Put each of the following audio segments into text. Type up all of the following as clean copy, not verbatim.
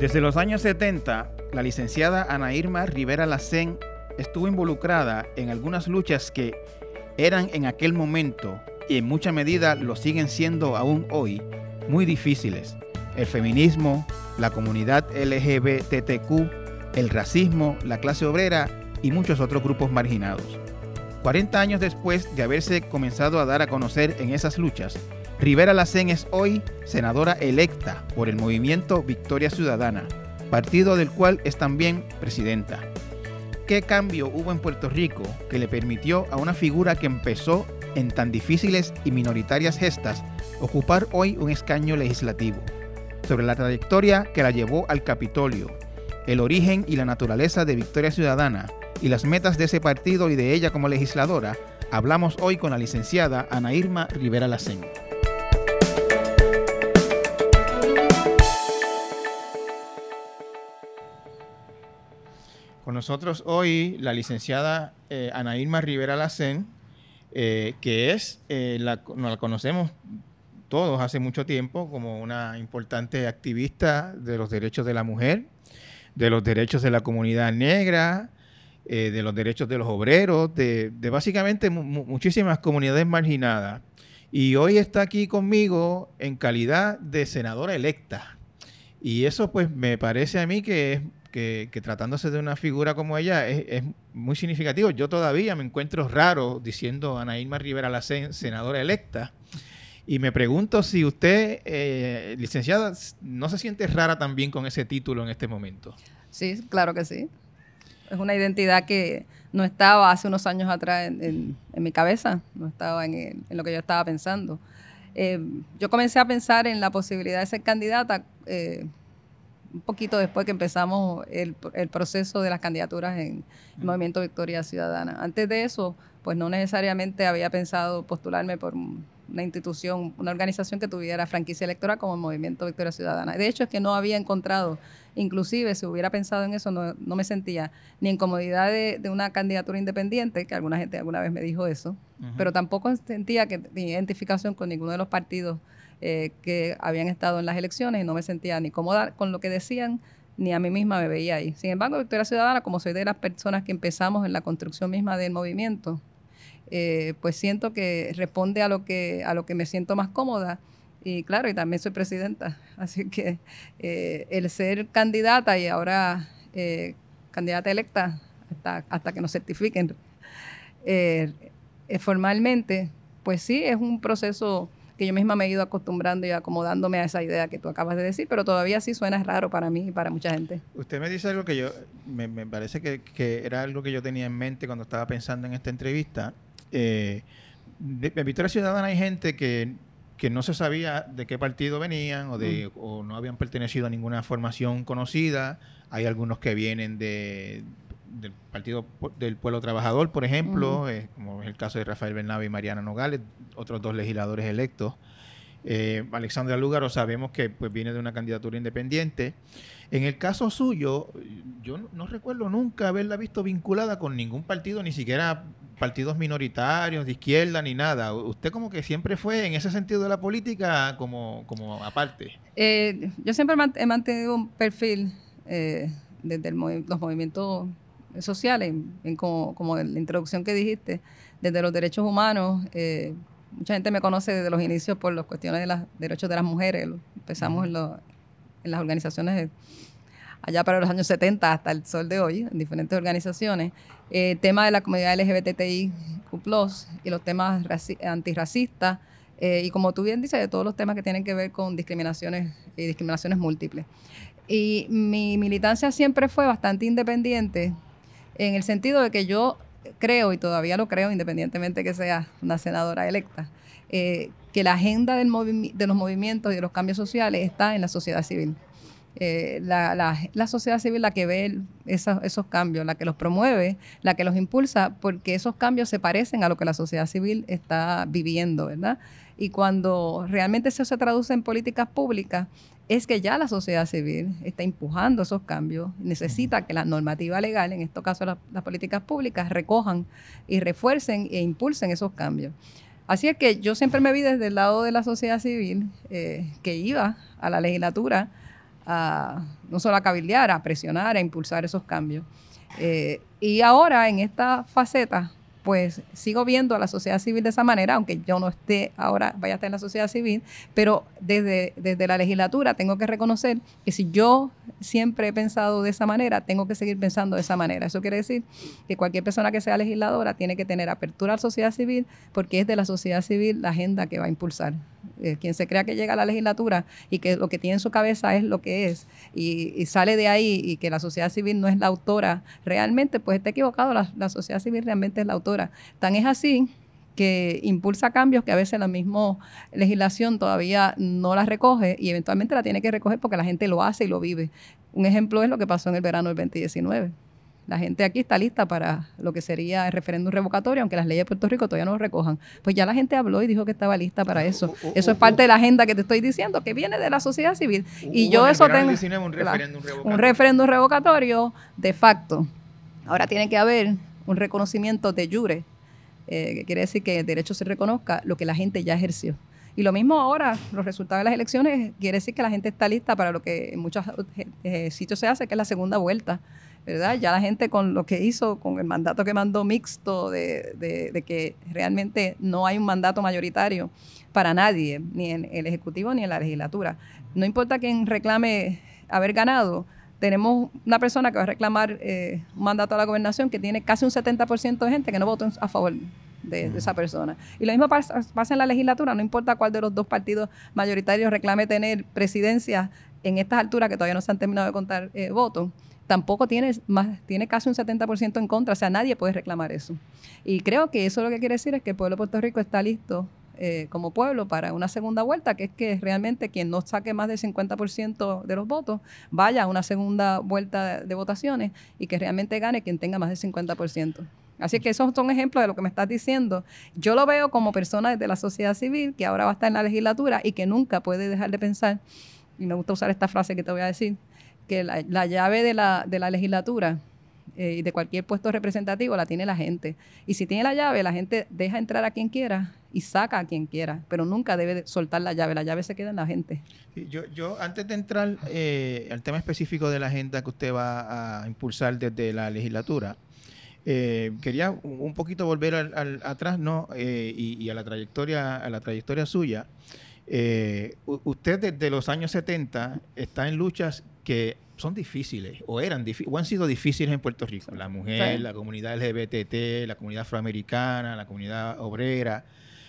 Desde los años 70, la licenciada Ana Irma Rivera Lacén estuvo involucrada en algunas luchas que eran en aquel momento, y en mucha medida lo siguen siendo aún hoy, muy difíciles. El feminismo, la comunidad LGBTQ, el racismo, la clase obrera y muchos otros grupos marginados. 40 años después de haberse comenzado a dar a conocer en esas luchas, Rivera Lacén es hoy senadora electa por el movimiento Victoria Ciudadana, partido del cual es también presidenta. ¿Qué cambio hubo en Puerto Rico que le permitió a una figura que empezó en tan difíciles y minoritarias gestas ocupar hoy un escaño legislativo? Sobre la trayectoria que la llevó al Capitolio, el origen y la naturaleza de Victoria Ciudadana y las metas de ese partido y de ella como legisladora, hablamos hoy con la licenciada Ana Irma Rivera Lacén. Con nosotros hoy la licenciada Ana Irma Rivera Lacén, que es, nos la conocemos todos hace mucho tiempo como una importante activista de los derechos de la mujer, de los derechos de la comunidad negra, de los derechos de los obreros, de básicamente muchísimas comunidades marginadas. Y hoy está aquí conmigo en calidad de senadora electa. Y eso pues me parece a mí que tratándose de una figura como ella es muy significativo. Yo todavía me encuentro raro diciendo Ana Irma Rivera Lacén, senadora electa. Y me pregunto si usted, licenciada, no se siente rara también con ese título en este momento. Sí, claro que sí. Es una identidad que no estaba hace unos años atrás en mi cabeza, no estaba en lo que yo estaba pensando. Yo comencé a pensar en la posibilidad de ser candidata un poquito después que empezamos el proceso de las candidaturas en el Movimiento Victoria Ciudadana. Antes de eso, pues no necesariamente había pensado postularme por una institución, una organización que tuviera franquicia electoral como el Movimiento Victoria Ciudadana. De hecho, es que no había encontrado, inclusive si hubiera pensado en eso, no me sentía ni en comodidad de una candidatura independiente, que alguna gente alguna vez me dijo eso, pero tampoco sentía que tenía identificación con ninguno de los partidos que habían estado en las elecciones, y no me sentía ni cómoda con lo que decían, ni a mí misma me veía ahí. Sin embargo, Victoria Ciudadana, como soy de las personas que empezamos en la construcción misma del movimiento, pues siento que responde a lo que me siento más cómoda, y claro, y también soy presidenta, así que el ser candidata y ahora candidata electa hasta que nos certifiquen formalmente, pues sí, es un proceso que yo misma me he ido acostumbrando y acomodándome a esa idea que tú acabas de decir, pero todavía sí suena raro para mí y para mucha gente. Usted me dice algo que yo, me parece que era algo que yo tenía en mente cuando estaba pensando en esta entrevista. En Victoria Ciudadana hay gente que no se sabía de qué partido venían o no habían pertenecido a ninguna formación conocida. Hay algunos que vienen del Partido del Pueblo Trabajador, por ejemplo, como es el caso de Rafael Bernabe y Mariana Nogales, otros dos legisladores electos. Alexandra Lúgaro sabemos que pues viene de una candidatura independiente. En el caso suyo, yo no recuerdo nunca haberla visto vinculada con ningún partido, ni siquiera partidos minoritarios, de izquierda, ni nada. Usted como que siempre fue, en ese sentido de la política, como aparte. Yo siempre he mantenido un perfil desde los movimientos sociales, como en la introducción que dijiste, desde los derechos humanos. Mucha gente me conoce desde los inicios por las cuestiones de los derechos de las mujeres. Empezamos en las organizaciones allá para los años 70 hasta el sol de hoy, en diferentes organizaciones. Tema de la comunidad LGBTIQ+, y los temas antirracistas, y como tú bien dices, de todos los temas que tienen que ver con discriminaciones y discriminaciones múltiples. Y mi militancia siempre fue bastante independiente, en el sentido de que yo creo, y todavía lo creo, independientemente que sea una senadora electa, que la agenda de los movimientos y de los cambios sociales está en la sociedad civil. La sociedad civil la que ve esos cambios, la que los promueve, la que los impulsa, porque esos cambios se parecen a lo que la sociedad civil está viviendo, ¿verdad? Y cuando realmente eso se traduce en políticas públicas, es que ya la sociedad civil está empujando esos cambios, necesita que la normativa legal, en este caso las políticas públicas, recojan y refuercen e impulsen esos cambios. Así es que yo siempre me vi desde el lado de la sociedad civil, que iba a la legislatura no solo a cabildear, a presionar, a impulsar esos cambios. Y ahora, en esta faceta, pues sigo viendo a la sociedad civil de esa manera, aunque yo no esté ahora, vaya a estar en la sociedad civil, pero desde la legislatura tengo que reconocer que si yo siempre he pensado de esa manera, tengo que seguir pensando de esa manera. Eso quiere decir que cualquier persona que sea legisladora tiene que tener apertura a la sociedad civil, porque es de la sociedad civil la agenda que va a impulsar. Quien se crea que llega a la legislatura y que lo que tiene en su cabeza es lo que es y sale de ahí y que la sociedad civil no es la autora realmente, pues está equivocado. La sociedad civil realmente es la autora. Tan es así que impulsa cambios que a veces la misma legislación todavía no las recoge y eventualmente la tiene que recoger porque la gente lo hace y lo vive. Un ejemplo es lo que pasó en el verano del 2019. La gente aquí está lista para lo que sería el referéndum revocatorio, aunque las leyes de Puerto Rico todavía no lo recojan. Pues ya la gente habló y dijo que estaba lista para eso. Eso es parte de la agenda que te estoy diciendo, que viene de la sociedad civil. Y yo eso tengo... Un referéndum revocatorio de facto. Ahora tiene que haber un reconocimiento de jure, que quiere decir que el derecho se reconozca lo que la gente ya ejerció. Y lo mismo ahora, los resultados de las elecciones, quiere decir que la gente está lista para lo que en muchos sitios se hace, que es la segunda vuelta, ¿verdad? Ya la gente con lo que hizo, con el mandato que mandó mixto de que realmente no hay un mandato mayoritario para nadie, ni en el Ejecutivo ni en la legislatura. No importa quién reclame haber ganado, tenemos una persona que va a reclamar un mandato a la gobernación que tiene casi un 70% de gente que no votó a favor de esa persona. Y lo mismo pasa en la legislatura, no importa cuál de los dos partidos mayoritarios reclame tener presidencia en estas alturas que todavía no se han terminado de contar votos, tampoco tiene casi un 70% en contra, o sea, nadie puede reclamar eso. Y creo que eso lo que quiere decir es que el pueblo de Puerto Rico está listo como pueblo para una segunda vuelta, que es que realmente quien no saque más del 50% de los votos vaya a una segunda vuelta de votaciones y que realmente gane quien tenga más del 50%. Así que esos son ejemplos de lo que me estás diciendo. Yo lo veo como persona desde la sociedad civil que ahora va a estar en la legislatura y que nunca puede dejar de pensar, y me gusta usar esta frase que te voy a decir, que la llave de la legislatura y de cualquier puesto representativo la tiene la gente. Y si tiene la llave, la gente deja entrar a quien quiera y saca a quien quiera, pero nunca debe de soltar la llave se queda en la gente. Yo antes de entrar al tema específico de la agenda que usted va a impulsar desde la legislatura, quería un poquito volver atrás, ¿no? Y a la trayectoria suya. Usted desde los años 70 está en luchas que son difíciles o han sido difíciles en Puerto Rico. La mujer, la comunidad LGBT, la comunidad afroamericana, la comunidad obrera.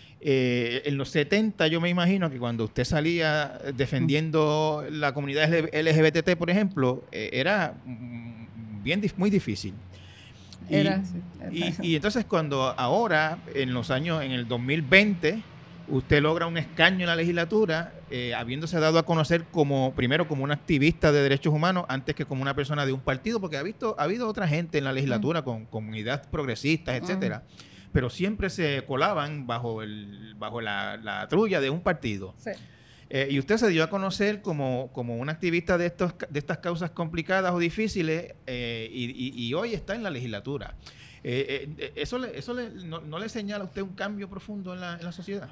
En los 70 yo me imagino que cuando usted salía defendiendo la comunidad LGBT, por ejemplo, era muy difícil. Y entonces cuando ahora, en el 2020, usted logra un escaño en la legislatura, habiéndose dado a conocer primero como una activista de derechos humanos antes que como una persona de un partido, porque ha habido otra gente en la legislatura con comunidades progresistas, etcétera, pero siempre se colaban bajo la trulla de un partido. Sí. Y usted se dio a conocer como una activista de estas causas complicadas o difíciles y hoy está en la legislatura. ¿Eso no le señala a usted un cambio profundo en la sociedad?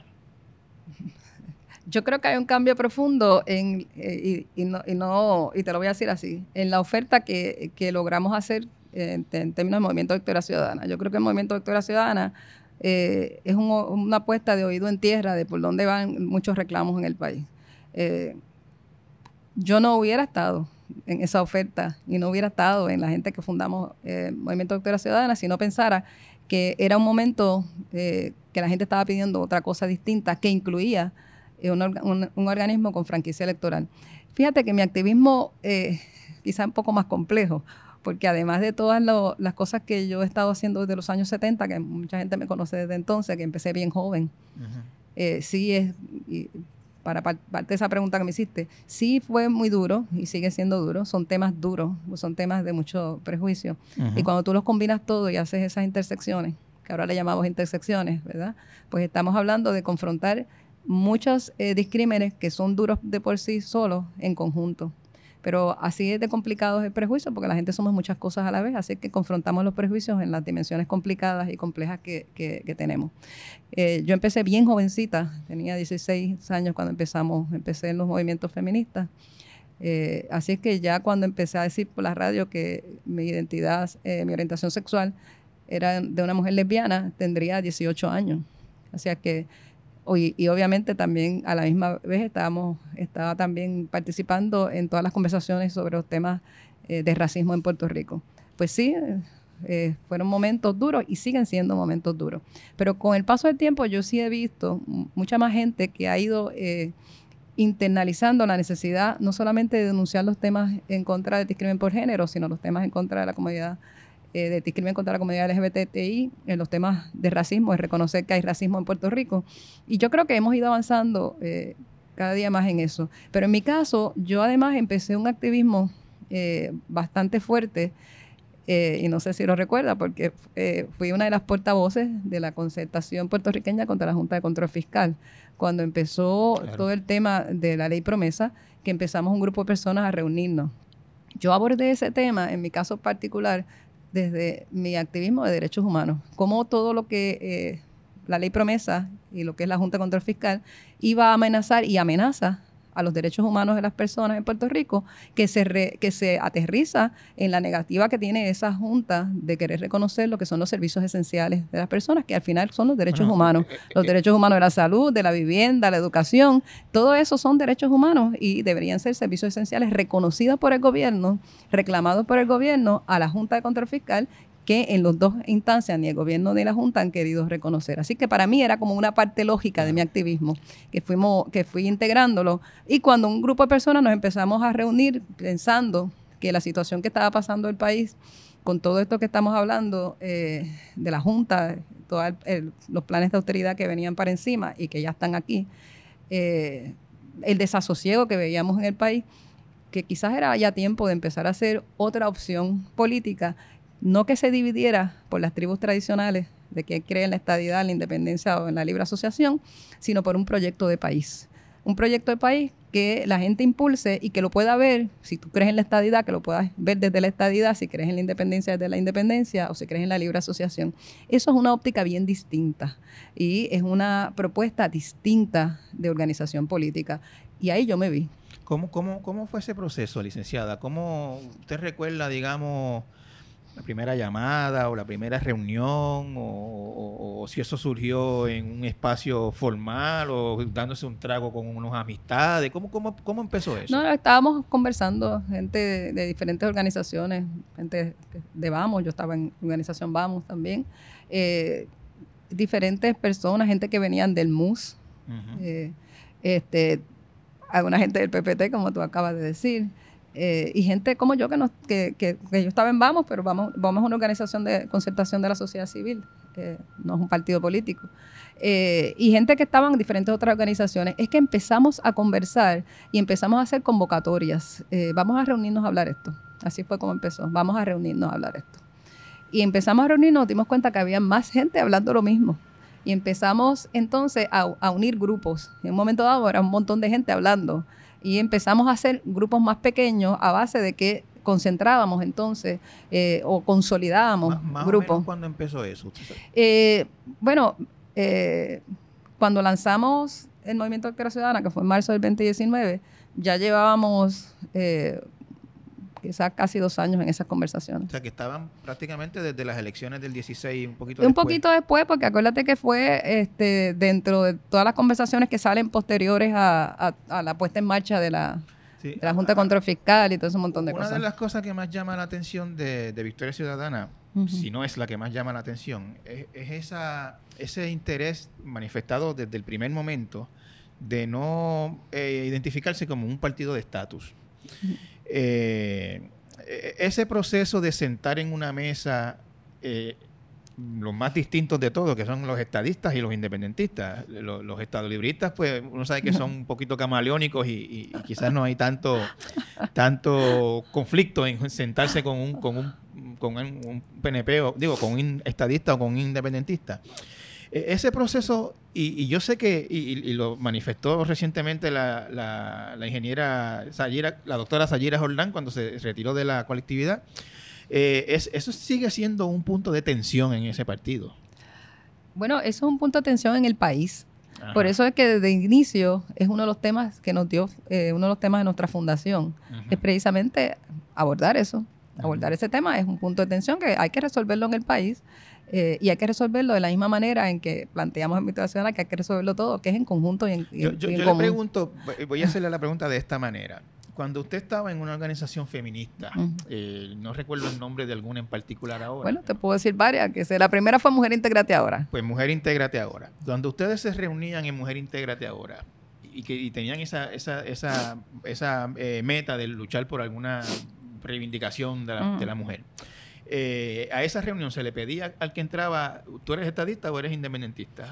Yo creo que hay un cambio profundo y te lo voy a decir así, en la oferta que logramos hacer en términos del Movimiento de Victoria Ciudadana. Yo creo que el Movimiento de Victoria Ciudadana es una puesta de oído en tierra de por dónde van muchos reclamos en el país. Yo no hubiera estado en esa oferta y no hubiera estado en la gente que fundamos el Movimiento de Victoria Ciudadana si no pensara que era un momento que la gente estaba pidiendo otra cosa distinta que incluía un organismo con franquicia electoral. Fíjate que mi activismo quizá un poco más complejo, porque además de todas las cosas que yo he estado haciendo desde los años 70, que mucha gente me conoce desde entonces, que empecé bien joven, para parte de esa pregunta que me hiciste, sí fue muy duro y sigue siendo duro, son temas duros, son temas de mucho prejuicio, y cuando tú los combinas todo y haces esas intersecciones, que ahora le llamamos intersecciones, ¿verdad? Pues estamos hablando de confrontar muchos discrímenes que son duros de por sí solos en conjunto. Pero así es de complicado el prejuicio, porque la gente somos muchas cosas a la vez, así que confrontamos los prejuicios en las dimensiones complicadas y complejas que tenemos. Yo empecé bien jovencita, tenía 16 años cuando empecé en los movimientos feministas, Así es que ya cuando empecé a decir por la radio que mi identidad, mi orientación sexual era de una mujer lesbiana, tendría 18 años. O sea que, y obviamente también a la misma vez estaba también participando en todas las conversaciones sobre los temas de racismo en Puerto Rico. Pues sí, fueron momentos duros y siguen siendo momentos duros. Pero con el paso del tiempo yo sí he visto mucha más gente que ha ido internalizando la necesidad no solamente de denunciar los temas en contra del discrimen por género, sino los temas en contra de la comunidad, del discrimen contra la comunidad LGBTI, en los temas de racismo, es reconocer que hay racismo en Puerto Rico. Y yo creo que hemos ido avanzando cada día más en eso. Pero en mi caso, yo además empecé un activismo bastante fuerte, y no sé si lo recuerda, porque fui una de las portavoces de la concertación puertorriqueña contra la Junta de Control Fiscal, cuando empezó todo el tema de la ley promesa, que empezamos un grupo de personas a reunirnos. Yo abordé ese tema, en mi caso particular, desde mi activismo de derechos humanos, cómo todo lo que la ley promesa y lo que es la Junta de Control Fiscal iba a amenazar y amenaza a los derechos humanos de las personas en Puerto Rico, que se aterriza en la negativa que tiene esa Junta de querer reconocer lo que son los servicios esenciales de las personas, que al final son los derechos humanos. Los derechos humanos de la salud, de la vivienda, la educación, todo eso son derechos humanos y deberían ser servicios esenciales reconocidos por el gobierno, reclamados por el gobierno a la Junta de Control Fiscal, que en las dos instancias ni el gobierno ni la Junta han querido reconocer. Así que para mí era como una parte lógica de mi activismo, que fui integrándolo. Y cuando un grupo de personas nos empezamos a reunir pensando que la situación que estaba pasando el país, con todo esto que estamos hablando de la Junta, todos los planes de austeridad que venían para encima y que ya están aquí, el desasosiego que veíamos en el país, que quizás era ya tiempo de empezar a hacer otra opción política, no que se dividiera por las tribus tradicionales de que cree en la estadidad, en la independencia o en la libre asociación, sino por un proyecto de país. Un proyecto de país que la gente impulse y que lo pueda ver, si tú crees en la estadidad, que lo puedas ver desde la estadidad, si crees en la independencia desde la independencia o si crees en la libre asociación. Eso es una óptica bien distinta y es una propuesta distinta de organización política. Y ahí yo me vi. ¿Cómo fue ese proceso, licenciada? ¿Cómo usted recuerda, digamos, la primera llamada o la primera reunión o si eso surgió en un espacio formal o dándose un trago con unas amistades? ¿Cómo empezó eso? No, estábamos conversando, gente de diferentes organizaciones, gente de Vamos, yo estaba en organización Vamos también, diferentes personas, gente que venían del MUS, alguna gente del PPT, como tú acabas de decir, y gente como yo que yo estaba en Vamos, pero Vamos es una organización de concertación de la sociedad civil, no es un partido político, y gente que estaban en diferentes otras organizaciones. Es que empezamos a conversar y empezamos a hacer convocatorias. Vamos a reunirnos a hablar esto. Así fue como empezó. Vamos a reunirnos a hablar esto. Y empezamos a reunirnos, nos dimos cuenta que había más gente hablando lo mismo. Y empezamos entonces a unir grupos. En un momento dado era un montón de gente hablando. Y empezamos a hacer grupos más pequeños a base de que concentrábamos entonces o consolidábamos más grupos. ¿Más o menos cuándo empezó eso? Cuando lanzamos el Movimiento de Victoria Ciudadana, que fue en marzo del 2019, ya llevábamos quizás casi 2 años en esas conversaciones. O sea, que estaban prácticamente desde las elecciones del 16, un poquito después. Un poquito después, porque acuérdate que fue dentro de todas las conversaciones que salen posteriores a la puesta en marcha de la Junta de Control Fiscal y todo ese montón de cosas. Una de las cosas que más llama la atención de Victoria Ciudadana, si no es la que más llama la atención, es ese interés manifestado desde el primer momento de no identificarse como un partido de estatus. Ese proceso de sentar en una mesa los más distintos de todos, que son los estadistas y los independentistas. Los estadolibristas, pues uno sabe que son un poquito camaleónicos y quizás no hay tanto conflicto en sentarse con un PNP, con un estadista o con un independentista. Ese proceso, y yo sé que, y lo manifestó recientemente la ingeniera Sayira, la doctora Sayira Jordán, cuando se retiró de la colectividad, eso sigue siendo un punto de tensión en ese partido. Bueno, eso es un punto de tensión en el país, Ajá. Por eso es que desde el inicio es uno de los temas que nos dio, uno de los temas de nuestra fundación, es precisamente abordar eso. Abordar ese tema es un punto de tensión que hay que resolverlo en el país y hay que resolverlo de la misma manera en que planteamos en Victoria Ciudadana que hay que resolverlo todo, que es en conjunto y en Yo en le común. pregunto, voy a hacerle la pregunta de esta manera. Cuando usted estaba en una organización feminista, no recuerdo el nombre de alguna en particular ahora. Bueno, te puedo decir varias, la primera fue Mujer Intégrate Ahora. Pues Mujer Intégrate Ahora. Cuando ustedes se reunían en Mujer Intégrate Ahora y tenían esa meta de luchar por alguna reivindicación de la mujer, a esa reunión se le pedía al que entraba, ¿tú eres estadista o eres independentista?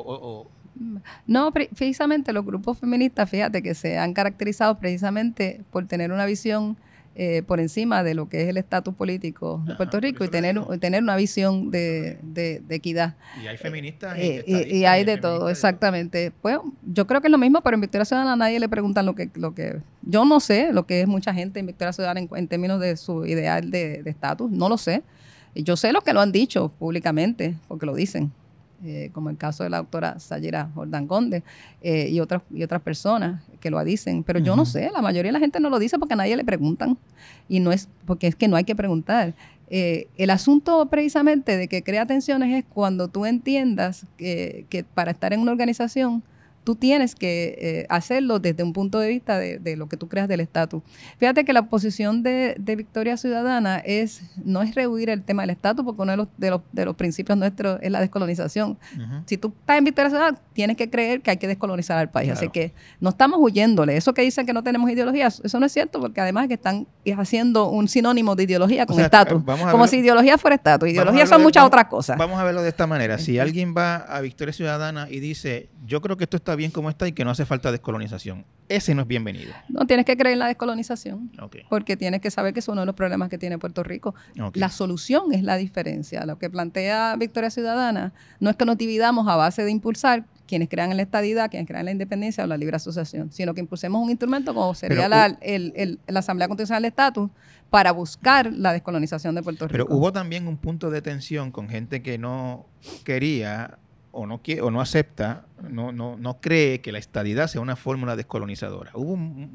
No, precisamente los grupos feministas, fíjate que se han caracterizado precisamente por tener una visión por encima de lo que es el estatus político de Puerto Rico y tener una visión de equidad. Y hay feministas y hay de todo, exactamente. Pues yo creo que es lo mismo, pero en Victoria Ciudadana a nadie le preguntan lo que yo no sé, lo que es mucha gente en Victoria Ciudadana en términos de su ideal de estatus, no lo sé. Yo sé lo que lo han dicho públicamente, porque lo dicen. Como el caso de la doctora Sayira Jordán Conde y otras personas que lo dicen, pero yo no sé, la mayoría de la gente no lo dice porque a nadie le preguntan y no es porque es que no hay que preguntar. El asunto precisamente de que crea tensiones es cuando tú entiendas que para estar en una organización tú tienes que hacerlo desde un punto de vista de lo que tú creas del estatus. Fíjate que la posición de Victoria Ciudadana no es rehuir el tema del estatus, porque uno de los principios nuestros es la descolonización. Si tú estás en Victoria Ciudadana, tienes que creer que hay que descolonizar al país. Claro. Así que no estamos huyéndole. Eso que dicen que no tenemos ideología, eso no es cierto, porque además es que están haciendo un sinónimo de ideología con estatus. Como si ideología fuera estatus. Ideología son muchas otras cosas. Vamos a verlo de esta manera. Si alguien va a Victoria Ciudadana y dice, yo creo que esto está bien como está y que no hace falta descolonización, ese no es bienvenido. No, tienes que creer en la descolonización, okay, porque tienes que saber que es uno de los problemas que tiene Puerto Rico. Okay. La solución es la diferencia. Lo que plantea Victoria Ciudadana no es que nos dividamos a base de impulsar quienes crean en la estadidad, quienes crean en la independencia o la libre asociación, sino que impulsemos un instrumento como sería la Asamblea Constitucional de Estatus para buscar la descolonización de Puerto Rico. Pero hubo también un punto de tensión con gente que no quería o no acepta, no cree que la estadidad sea una fórmula descolonizadora. Hubo un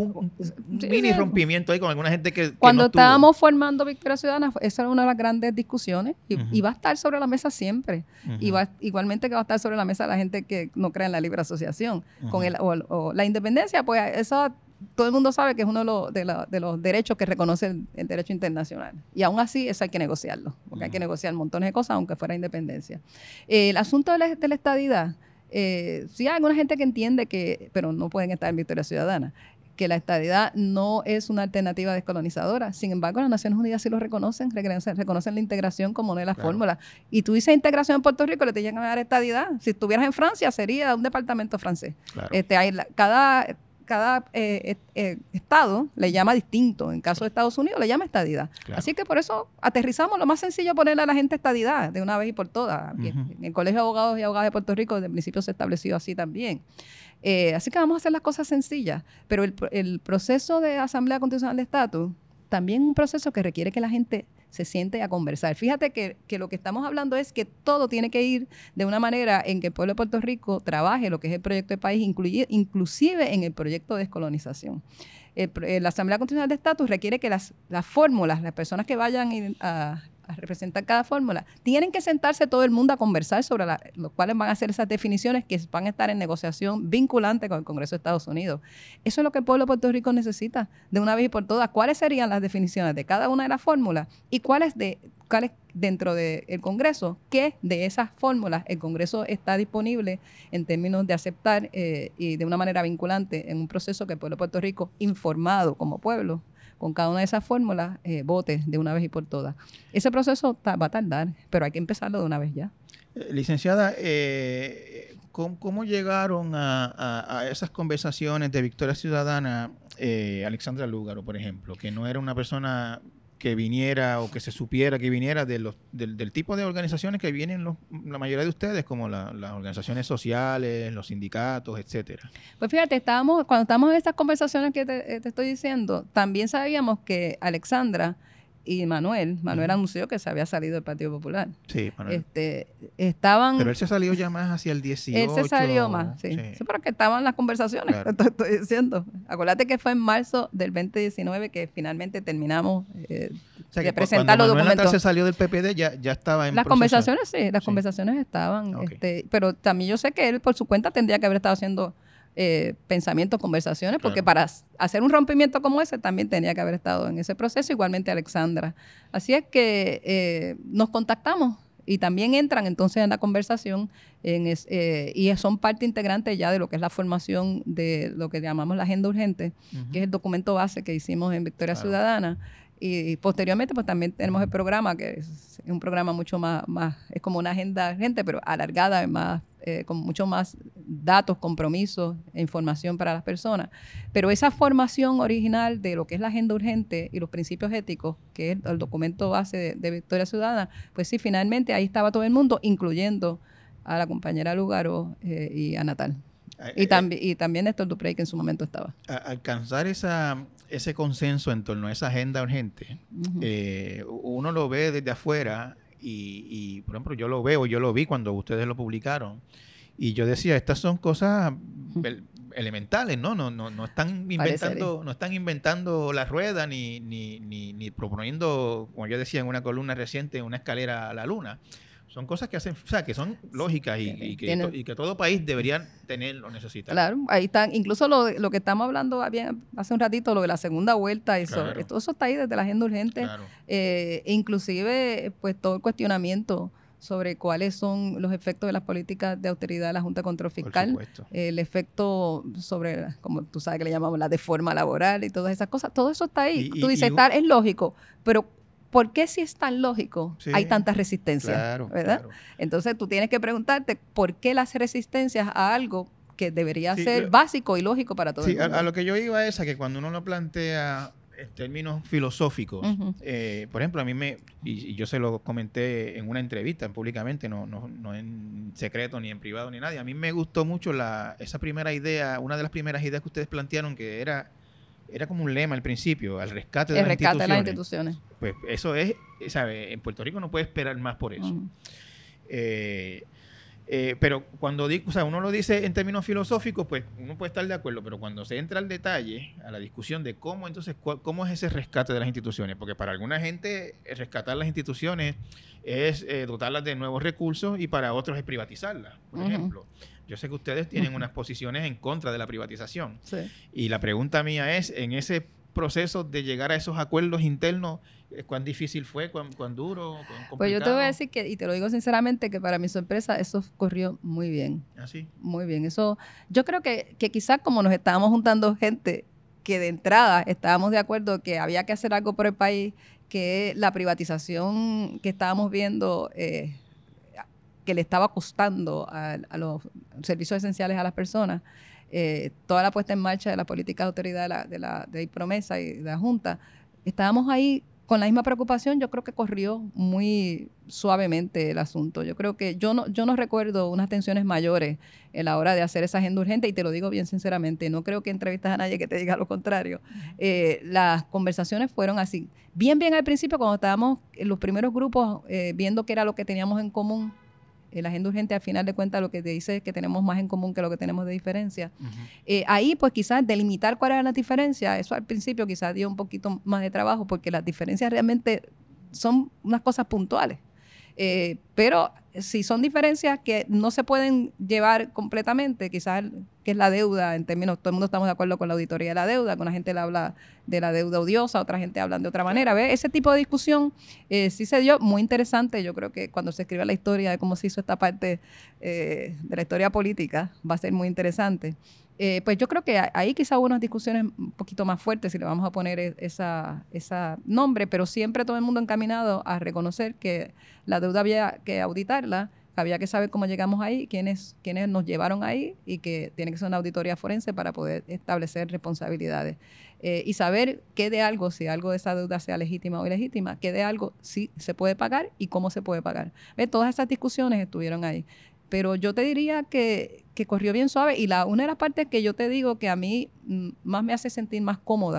mini rompimiento ahí con alguna gente que cuando no estábamos formando Victoria Ciudadana, esa era una de las grandes discusiones y va a estar sobre la mesa siempre. Y igualmente que va a estar sobre la mesa la gente que no cree en la libre asociación. Con o la independencia, pues eso todo el mundo sabe que es uno de los derechos que reconoce el derecho internacional. Y aún así, eso hay que negociarlo, porque hay que negociar montones de cosas, aunque fuera independencia. El asunto de la estadidad, sí hay alguna gente que entiende pero no pueden estar en Victoria Ciudadana, que la estadidad no es una alternativa descolonizadora. Sin embargo, las Naciones Unidas sí lo reconocen la integración como una de las fórmulas. Y tú dices integración en Puerto Rico, le te llegan a dar estadidad. Si estuvieras en Francia, sería un departamento francés. Claro. Cada estado le llama distinto. En caso de Estados Unidos le llama estadidad. Claro. Así que por eso aterrizamos lo más sencillo, ponerle a la gente estadidad de una vez y por todas. En el Colegio de Abogados y Abogadas de Puerto Rico desde el principio se estableció así también. Así que vamos a hacer las cosas sencillas. Pero el proceso de Asamblea Constitucional de Estatus también es un proceso que requiere que la gente se siente a conversar. Fíjate que lo que estamos hablando es que todo tiene que ir de una manera en que el pueblo de Puerto Rico trabaje lo que es el proyecto de país, inclusive en el proyecto de descolonización. La Asamblea Constitucional de Estatus requiere que las fórmulas, las personas que vayan a representar cada fórmula, tienen que sentarse todo el mundo a conversar sobre los cuales van a ser esas definiciones que van a estar en negociación vinculante con el Congreso de Estados Unidos. Eso es lo que el pueblo de Puerto Rico necesita de una vez y por todas. ¿Cuáles serían las definiciones de cada una de las fórmulas y cuáles dentro del Congreso, qué de esas fórmulas el Congreso está disponible en términos de aceptar y de una manera vinculante en un proceso que el pueblo de Puerto Rico, informado como pueblo, con cada una de esas fórmulas, vote de una vez y por todas. Ese proceso va a tardar, pero hay que empezarlo de una vez ya. Licenciada, ¿cómo llegaron a esas conversaciones de Victoria Ciudadana Alexandra Lúgaro, por ejemplo, que no era una persona que viniera o que se supiera que viniera del tipo de organizaciones que vienen la mayoría de ustedes, como las organizaciones sociales, los sindicatos, etcétera? Pues fíjate, cuando estábamos en estas conversaciones que te estoy diciendo, también sabíamos que Alexandra y Manuel anunció que se había salido del Partido Popular. Sí, Manuel. Estaban... Pero él se salió ya más hacia el 18. Él se salió más, sí. Sí, pero que estaban las conversaciones, claro. estoy diciendo. Acuérdate que fue en marzo del 2019 que finalmente terminamos o sea, que de presentar los documentos. Manuel Natal se salió del PPD, ya estaba en las proceso. Conversaciones, sí, las conversaciones estaban. Okay. Pero también yo sé que él por su cuenta tendría que haber estado haciendo pensamientos, conversaciones, porque para hacer un rompimiento como ese también tenía que haber estado en ese proceso, igualmente Alexandra. Así es que nos contactamos y también entran entonces en la conversación y son parte integrante ya de lo que es la formación de lo que llamamos la agenda urgente, que es el documento base que hicimos en Victoria Ciudadana. Y posteriormente pues también tenemos el programa, que es un programa mucho más es como una agenda urgente, pero alargada, más con mucho más datos, compromisos e información para las personas. Pero esa formación original de lo que es la agenda urgente y los principios éticos, que es el documento base de Victoria Ciudadana, pues sí, finalmente ahí estaba todo el mundo, incluyendo a la compañera Lugaro y a Natal. Y también Néstor Duprey, que en su momento estaba. Alcanzar ese consenso en torno a esa agenda urgente, uno lo ve desde afuera y, por ejemplo, yo lo vi cuando ustedes lo publicaron y yo decía, estas son cosas elementales, ¿no? No están inventando la rueda ni proponiendo, como yo decía en una columna reciente, una escalera a la luna. Son cosas que hacen, o sea, que son lógicas y que todo país debería tener o necesitar. Claro, ahí están, incluso lo que estamos hablando hace un ratito, lo de la segunda vuelta, todo eso está ahí desde la agenda urgente, inclusive pues todo el cuestionamiento sobre cuáles son los efectos de las políticas de austeridad de la Junta de Control Fiscal, el efecto sobre, como tú sabes que le llamamos la deforma laboral y todas esas cosas, todo eso está ahí. Tú dices, es lógico, pero ¿por qué si es tan lógico hay tanta resistencia? ¿Verdad? Claro. Entonces tú tienes que preguntarte por qué las resistencias a algo que debería ser básico y lógico para todo el mundo. A lo que yo iba es a que cuando uno lo plantea en términos filosóficos, por ejemplo, a mí y yo se lo comenté en una entrevista públicamente, no en secreto ni en privado ni nadie, a mí me gustó mucho esa primera idea, una de las primeras ideas que ustedes plantearon, que era como un lema al principio, al rescate de las instituciones. Pues eso es, ¿sabe? En Puerto Rico no puede esperar más por eso. Pero cuando digo, o sea, uno lo dice en términos filosóficos, pues uno puede estar de acuerdo, pero cuando se entra al detalle, a la discusión de cómo es ese rescate de las instituciones, porque para alguna gente rescatar las instituciones es dotarlas de nuevos recursos y para otros es privatizarlas, por ejemplo. Yo sé que ustedes tienen unas posiciones en contra de la privatización. Sí. Y la pregunta mía es, en ese proceso de llegar a esos acuerdos internos, ¿cuán difícil fue? ¿Cuán duro? ¿Cuán complicado? Pues yo te voy a decir y te lo digo sinceramente, que para mi sorpresa eso corrió muy bien. ¿Ah, sí? Muy bien. Eso, yo creo que quizás como nos estábamos juntando gente que de entrada estábamos de acuerdo que había que hacer algo por el país, que la privatización que estábamos viendo que le estaba costando a los servicios esenciales a las personas, toda la puesta en marcha de la política de autoridad de Promesa y de la Junta, estábamos ahí con la misma preocupación. Yo creo que corrió muy suavemente el asunto. Yo creo que yo no recuerdo unas tensiones mayores en la hora de hacer esa agenda urgente, y te lo digo bien sinceramente, no creo que entrevistas a nadie que te diga lo contrario. Las conversaciones fueron así. Bien al principio, cuando estábamos en los primeros grupos viendo qué era lo que teníamos en común. La agenda urgente, al final de cuentas, lo que te dice es que tenemos más en común que lo que tenemos de diferencia. Ahí, pues quizás delimitar cuáles eran las diferencias, eso al principio quizás dio un poquito más de trabajo, porque las diferencias realmente son unas cosas puntuales. Pero si son diferencias que no se pueden llevar completamente, quizás que es la deuda, en términos, todo el mundo estamos de acuerdo con la auditoría de la deuda, con la gente le habla de la deuda odiosa, otra gente habla de otra manera. ¿Ves? Ese tipo de discusión sí se dio, muy interesante. Yo creo que cuando se escriba la historia de cómo se hizo esta parte de la historia política, va a ser muy interesante. Pues yo creo que ahí quizá hubo unas discusiones un poquito más fuertes, si le vamos a poner esa nombre, pero siempre todo el mundo encaminado a reconocer que la deuda había que auditarla, que había que saber cómo llegamos ahí, quiénes nos llevaron ahí, y que tiene que ser una auditoría forense para poder establecer responsabilidades. Y saber qué de algo, si algo de esa deuda sea legítima o ilegítima, qué de algo sí se puede pagar y cómo se puede pagar. Todas esas discusiones estuvieron ahí. Pero yo te diría que corrió bien suave, y una de las partes que yo te digo que a mí más me hace sentir más cómoda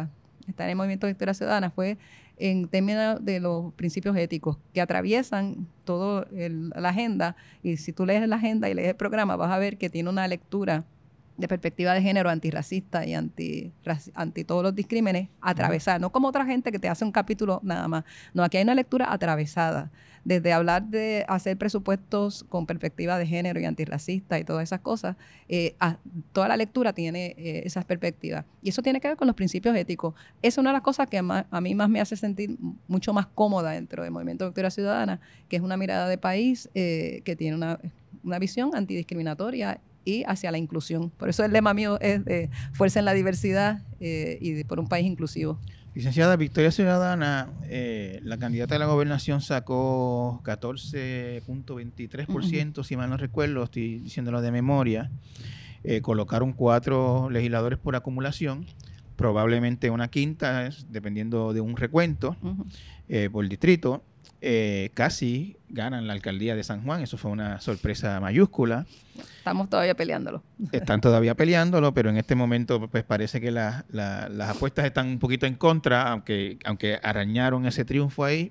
estar en el Movimiento Victoria Ciudadana fue en términos de los principios éticos que atraviesan toda la agenda. Y si tú lees la agenda y lees el programa, vas a ver que tiene una lectura de perspectiva de género antirracista y anti todos los discrímenes atravesada, no como otra gente que te hace un capítulo nada más. No, aquí hay una lectura atravesada, desde hablar de hacer presupuestos con perspectiva de género y antirracista y todas esas cosas, toda la lectura tiene esas perspectivas. Y eso tiene que ver con los principios éticos. Esa es una de las cosas que a mí más me hace sentir mucho más cómoda dentro del Movimiento Victoria Ciudadana, que es una mirada de país que tiene una visión antidiscriminatoria y hacia la inclusión. Por eso el lema mío es de fuerza en la diversidad por un país inclusivo. Licenciada, Victoria Ciudadana, la candidata a la gobernación sacó 14.23%, si mal no recuerdo, estoy diciéndolo de memoria. Colocaron 4 legisladores por acumulación, probablemente una quinta, dependiendo de un recuento por distrito. Casi ganan la alcaldía de San Juan, eso fue una sorpresa mayúscula. Estamos todavía peleándolo. Están todavía peleándolo, pero en este momento pues parece que las apuestas están un poquito en contra, aunque arañaron ese triunfo ahí.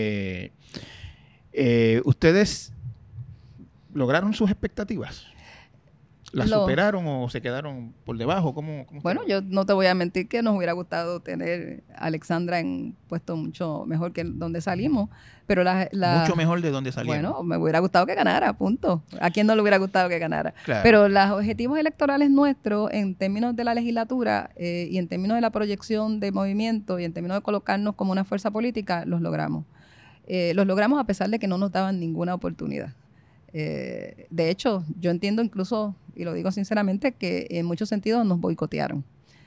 ¿Ustedes lograron sus expectativas? ¿Las superaron o se quedaron por debajo? ¿Cómo bueno, yo no te voy a mentir que nos hubiera gustado tener a Alexandra en puesto mucho mejor que donde salimos, pero mucho mejor de donde salimos. Bueno, me hubiera gustado que ganara, punto. ¿A quién no le hubiera gustado que ganara? Claro. Pero los objetivos electorales nuestros, en términos de la legislatura y en términos de la proyección de movimiento y en términos de colocarnos como una fuerza política, los logramos. Los logramos a pesar de que no nos daban ninguna oportunidad. De hecho, yo entiendo incluso, y lo digo sinceramente, que en muchos sentidos nos boicotearon.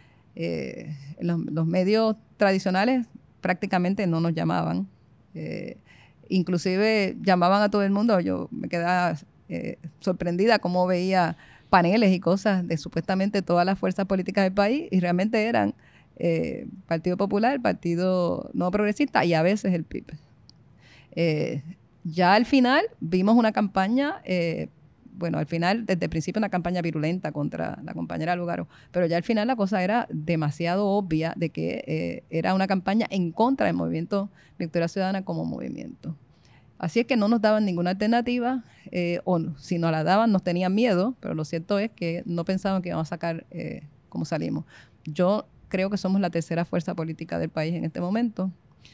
Los medios tradicionales prácticamente no nos llamaban. Inclusive llamaban a todo el mundo. Yo me quedaba sorprendida cómo veía paneles y cosas de supuestamente todas las fuerzas políticas del país y realmente eran Partido Popular, Partido No Progresista y a veces el PIB. Ya al final vimos una campaña, al final desde el principio una campaña virulenta contra la compañera Lugaro, pero ya al final la cosa era demasiado obvia de que era una campaña en contra del movimiento Victoria Ciudadana como movimiento. Así es que no nos daban ninguna alternativa, o si nos la daban nos tenían miedo, pero lo cierto es que no pensaban que íbamos a sacar como salimos. Yo creo que somos la tercera fuerza política del país en este momento.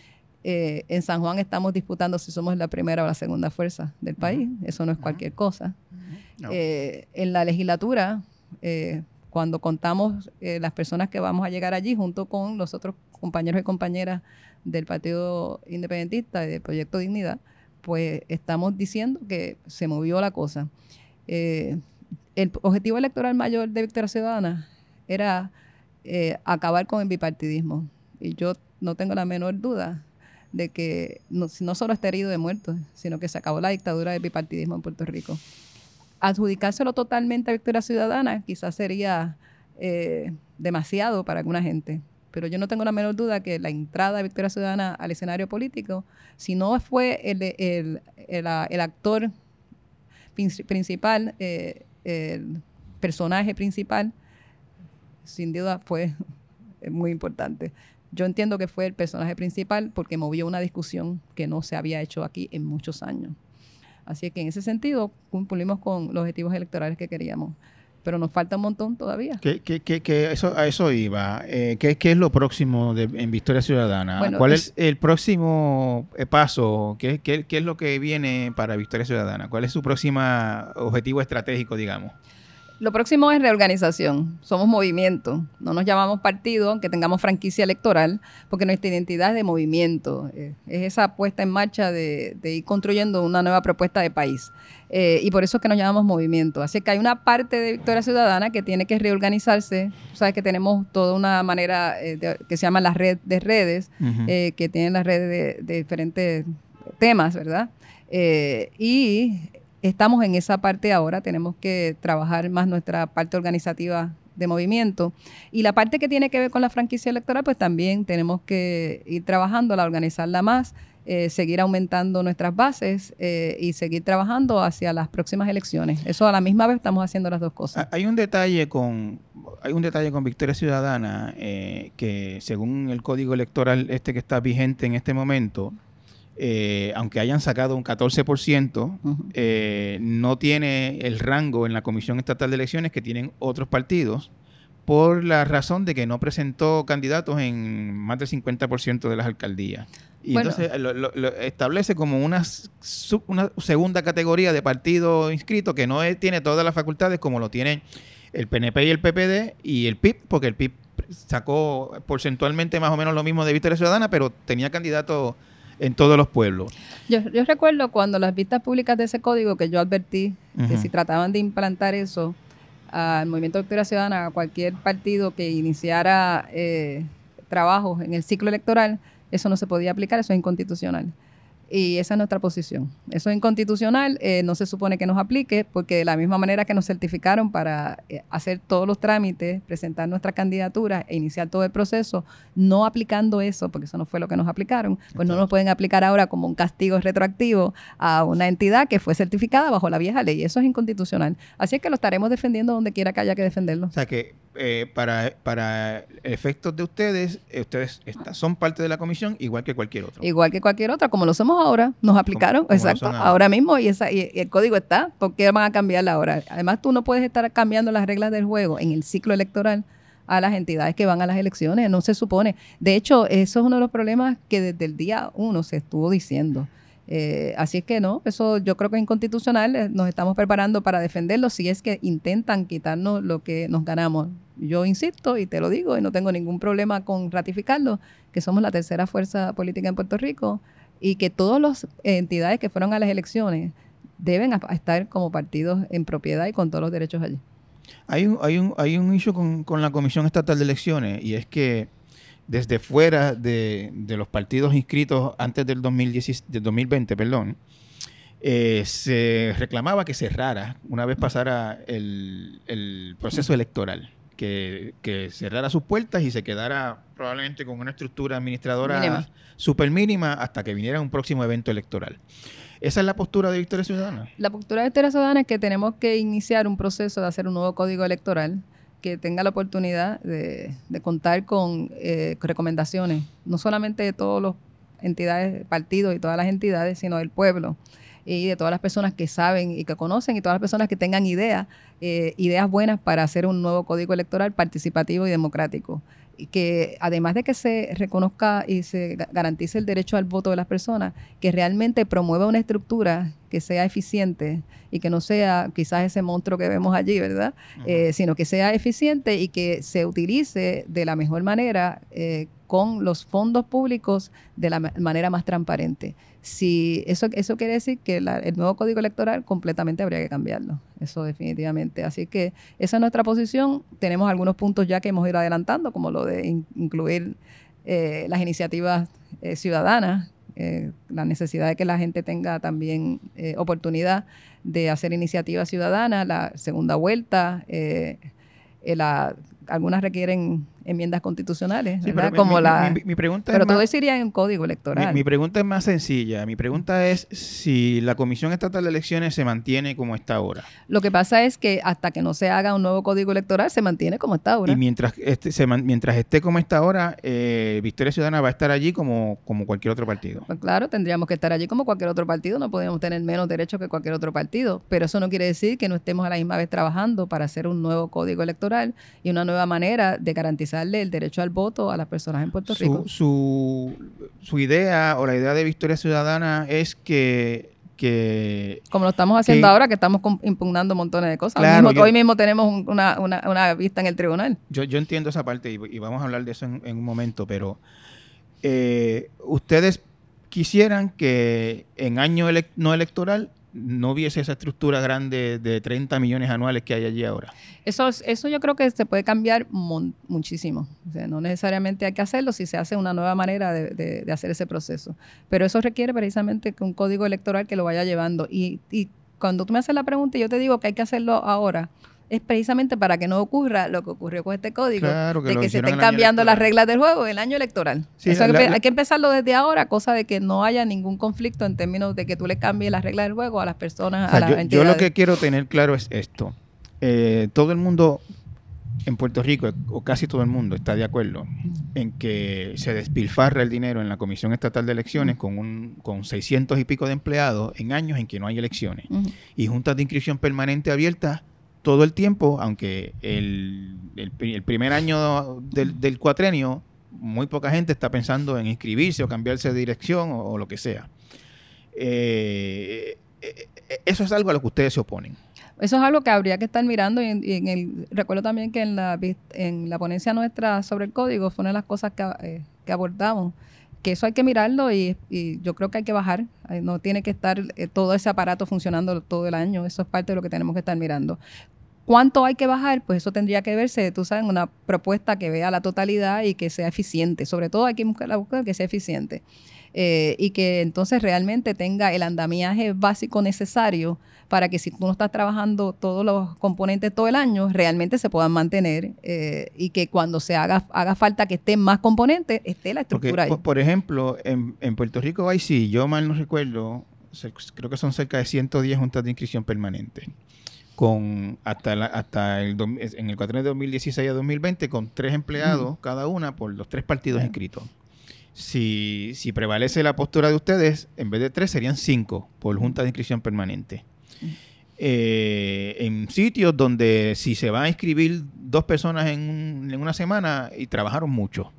En San Juan estamos disputando si somos la primera o la segunda fuerza del país. Eso no es cualquier cosa. No. En la legislatura, cuando contamos las personas que vamos a llegar allí, junto con los otros compañeros y compañeras del Partido Independentista y del Proyecto Dignidad, pues estamos diciendo que se movió la cosa. El objetivo electoral mayor de Victoria Ciudadana era acabar con el bipartidismo. Y yo no tengo la menor duda de que no solo está herido de muertos, sino que se acabó la dictadura del bipartidismo en Puerto Rico. Adjudicárselo totalmente a Victoria Ciudadana quizás sería demasiado para alguna gente, pero yo no tengo la menor duda que la entrada de Victoria Ciudadana al escenario político, si no fue el actor principal, el personaje principal, sin duda fue muy importante. Yo entiendo que fue el personaje principal porque movió una discusión que no se había hecho aquí en muchos años. Así que en ese sentido cumplimos con los objetivos electorales que queríamos. Pero nos falta un montón todavía. A eso iba. ¿Qué es lo próximo en Victoria Ciudadana? Bueno, ¿cuál es el próximo paso? ¿Qué es lo que viene para Victoria Ciudadana? ¿Cuál es su próximo objetivo estratégico, digamos? Lo próximo es reorganización. Somos movimiento. No nos llamamos partido, aunque tengamos franquicia electoral, porque nuestra identidad es de movimiento. Es esa puesta en marcha de ir construyendo una nueva propuesta de país. Y por eso es que nos llamamos movimiento. Así que hay una parte de Victoria Ciudadana que tiene que reorganizarse. Tú sabes que tenemos toda una manera que se llama la red de redes, que tienen las redes de diferentes temas, ¿verdad? Y estamos en esa parte ahora, tenemos que trabajar más nuestra parte organizativa de movimiento. Y la parte que tiene que ver con la franquicia electoral, pues también tenemos que ir trabajándola, organizarla más seguir aumentando nuestras bases y seguir trabajando hacia las próximas elecciones. Eso a la misma vez estamos haciendo las dos cosas. Hay un detalle con Victoria Ciudadana que según el código electoral que está vigente en este momento, aunque hayan sacado un 14%, no tiene el rango en la Comisión Estatal de Elecciones que tienen otros partidos, por la razón de que no presentó candidatos en más del 50% de las alcaldías. Y bueno, entonces lo establece como una segunda categoría de partido inscrito que no tiene todas las facultades como lo tienen el PNP y el PPD y el PIB, porque el PIB sacó porcentualmente más o menos lo mismo de Victoria Ciudadana, pero tenía candidatos en todos los pueblos. Yo recuerdo cuando las vistas públicas de ese código que yo advertí, que si trataban de implantar eso al Movimiento de Victoria Ciudadana, a cualquier partido que iniciara trabajos en el ciclo electoral, eso no se podía aplicar, eso es inconstitucional. Y esa es nuestra posición. Eso es inconstitucional, no se supone que nos aplique, porque de la misma manera que nos certificaron para hacer todos los trámites, presentar nuestra candidatura e iniciar todo el proceso, no aplicando eso, porque eso no fue lo que nos aplicaron, pues no nos pueden aplicar ahora como un castigo retroactivo a una entidad que fue certificada bajo la vieja ley. Eso es inconstitucional. Así es que lo estaremos defendiendo donde quiera que haya que defenderlo. O sea que para efectos de ustedes son parte de la comisión igual que cualquier otro. Igual que cualquier otra, como lo somos ahora, nos aplicaron, como exacto, ahora mismo y el código está. ¿Por qué van a cambiarla ahora? Además, tú no puedes estar cambiando las reglas del juego en el ciclo electoral a las entidades que van a las elecciones, no se supone. De hecho, eso es uno de los problemas que desde el día 1 se estuvo diciendo. Así es que no, eso yo creo que es inconstitucional. Nos estamos preparando para defenderlo si es que intentan quitarnos lo que nos ganamos. Yo insisto y te lo digo y no tengo ningún problema con ratificarlo, que somos la tercera fuerza política en Puerto Rico y que todas las entidades que fueron a las elecciones deben estar como partidos en propiedad y con todos los derechos allí. Hay un issue con la Comisión Estatal de Elecciones, y es que desde fuera de los partidos inscritos antes del 2020, se reclamaba que cerrara, una vez pasara el proceso electoral, que cerrara sus puertas y se quedara probablemente con una estructura administradora súper mínima hasta que viniera un próximo evento electoral. ¿Esa es la postura de Victoria Ciudadana? La postura de Victoria Ciudadana es que tenemos que iniciar un proceso de hacer un nuevo código electoral que tenga la oportunidad de contar con recomendaciones, no solamente de todas las entidades, partidos y todas las entidades, sino del pueblo y de todas las personas que saben y que conocen y todas las personas que tengan ideas buenas para hacer un nuevo código electoral participativo y democrático. Y que además de que se reconozca y se garantice el derecho al voto de las personas, que realmente promueva una estructura que sea eficiente y que no sea quizás ese monstruo que vemos allí, ¿verdad? Sino que sea eficiente y que se utilice de la mejor manera con los fondos públicos de la manera más transparente. Si eso quiere decir que el nuevo código electoral completamente habría que cambiarlo. Eso definitivamente. Así que esa es nuestra posición. Tenemos algunos puntos ya que hemos ido adelantando, como lo de incluir las iniciativas ciudadanas, la necesidad de que la gente tenga también oportunidad de hacer iniciativas ciudadanas, la segunda vuelta, algunas requieren enmiendas constitucionales, sí, ¿verdad? Mi pregunta pero es todo eso iría en un código electoral. Mi pregunta es más sencilla. Mi pregunta es si la Comisión Estatal de Elecciones se mantiene como está ahora. Lo que pasa es que hasta que no se haga un nuevo código electoral, se mantiene como está ahora. Y mientras esté como está ahora, Victoria Ciudadana va a estar allí como cualquier otro partido. Pues claro, tendríamos que estar allí como cualquier otro partido. No podemos tener menos derechos que cualquier otro partido. Pero eso no quiere decir que no estemos a la misma vez trabajando para hacer un nuevo código electoral y una nueva manera de garantizarle el derecho al voto a las personas en Puerto Rico. Su idea o la idea de Victoria Ciudadana es que como lo estamos haciendo ahora, que estamos impugnando montones de cosas. Claro, hoy mismo tenemos una vista en el tribunal. Yo entiendo esa parte y vamos a hablar de eso en un momento, pero ustedes quisieran que en año no electoral no hubiese esa estructura grande de 30 millones anuales que hay allí ahora. Eso yo creo que se puede cambiar muchísimo. O sea, no necesariamente hay que hacerlo si se hace una nueva manera de hacer ese proceso. Pero eso requiere precisamente un código electoral que lo vaya llevando. Y cuando tú me haces la pregunta y yo te digo que hay que hacerlo ahora, es precisamente para que no ocurra lo que ocurrió con este código, Claro, de que se estén cambiando las reglas del juego en el año electoral. Sí, Eso hay que empezarlo desde ahora, cosa de que no haya ningún conflicto en términos de que tú le cambies las reglas del juego a las personas, o sea, a las entidades. Yo lo que quiero tener claro es esto. Todo el mundo en Puerto Rico, o casi todo el mundo, está de acuerdo en que se despilfarra el dinero en la Comisión Estatal de Elecciones con 600 y pico de empleados en años en que no hay elecciones. Y juntas de inscripción permanente abiertas todo el tiempo, aunque el primer año del cuatrenio, muy poca gente está pensando en inscribirse o cambiarse de dirección o lo que sea. Eso es algo a lo que ustedes se oponen. Eso es algo que habría que estar mirando y recuerdo también que en la ponencia nuestra sobre el código fue una de las cosas que abordamos, que eso hay que mirarlo y yo creo que hay que bajar, no tiene que estar todo ese aparato funcionando todo el año, eso es parte de lo que tenemos que estar mirando. ¿Cuánto hay que bajar? Pues eso tendría que verse, tú sabes, una propuesta que vea la totalidad y que sea eficiente, sobre todo hay que buscar la búsqueda que sea eficiente. Y que entonces realmente tenga el andamiaje básico necesario para que si tú no estás trabajando todos los componentes todo el año, realmente se puedan mantener y que cuando se haga falta que estén más componentes, esté la estructura ahí. Por ejemplo, en Puerto Rico hay, sí, yo mal no recuerdo, creo que son cerca de 110 juntas de inscripción permanente, con en el cuatrenio de 2016 a 2020, con 3 empleados cada una por los 3 partidos inscritos. Si prevalece la postura de ustedes, en vez de 3 serían 5 por junta de inscripción permanente. En sitios donde si se va a inscribir 2 personas en una semana y trabajaron mucho.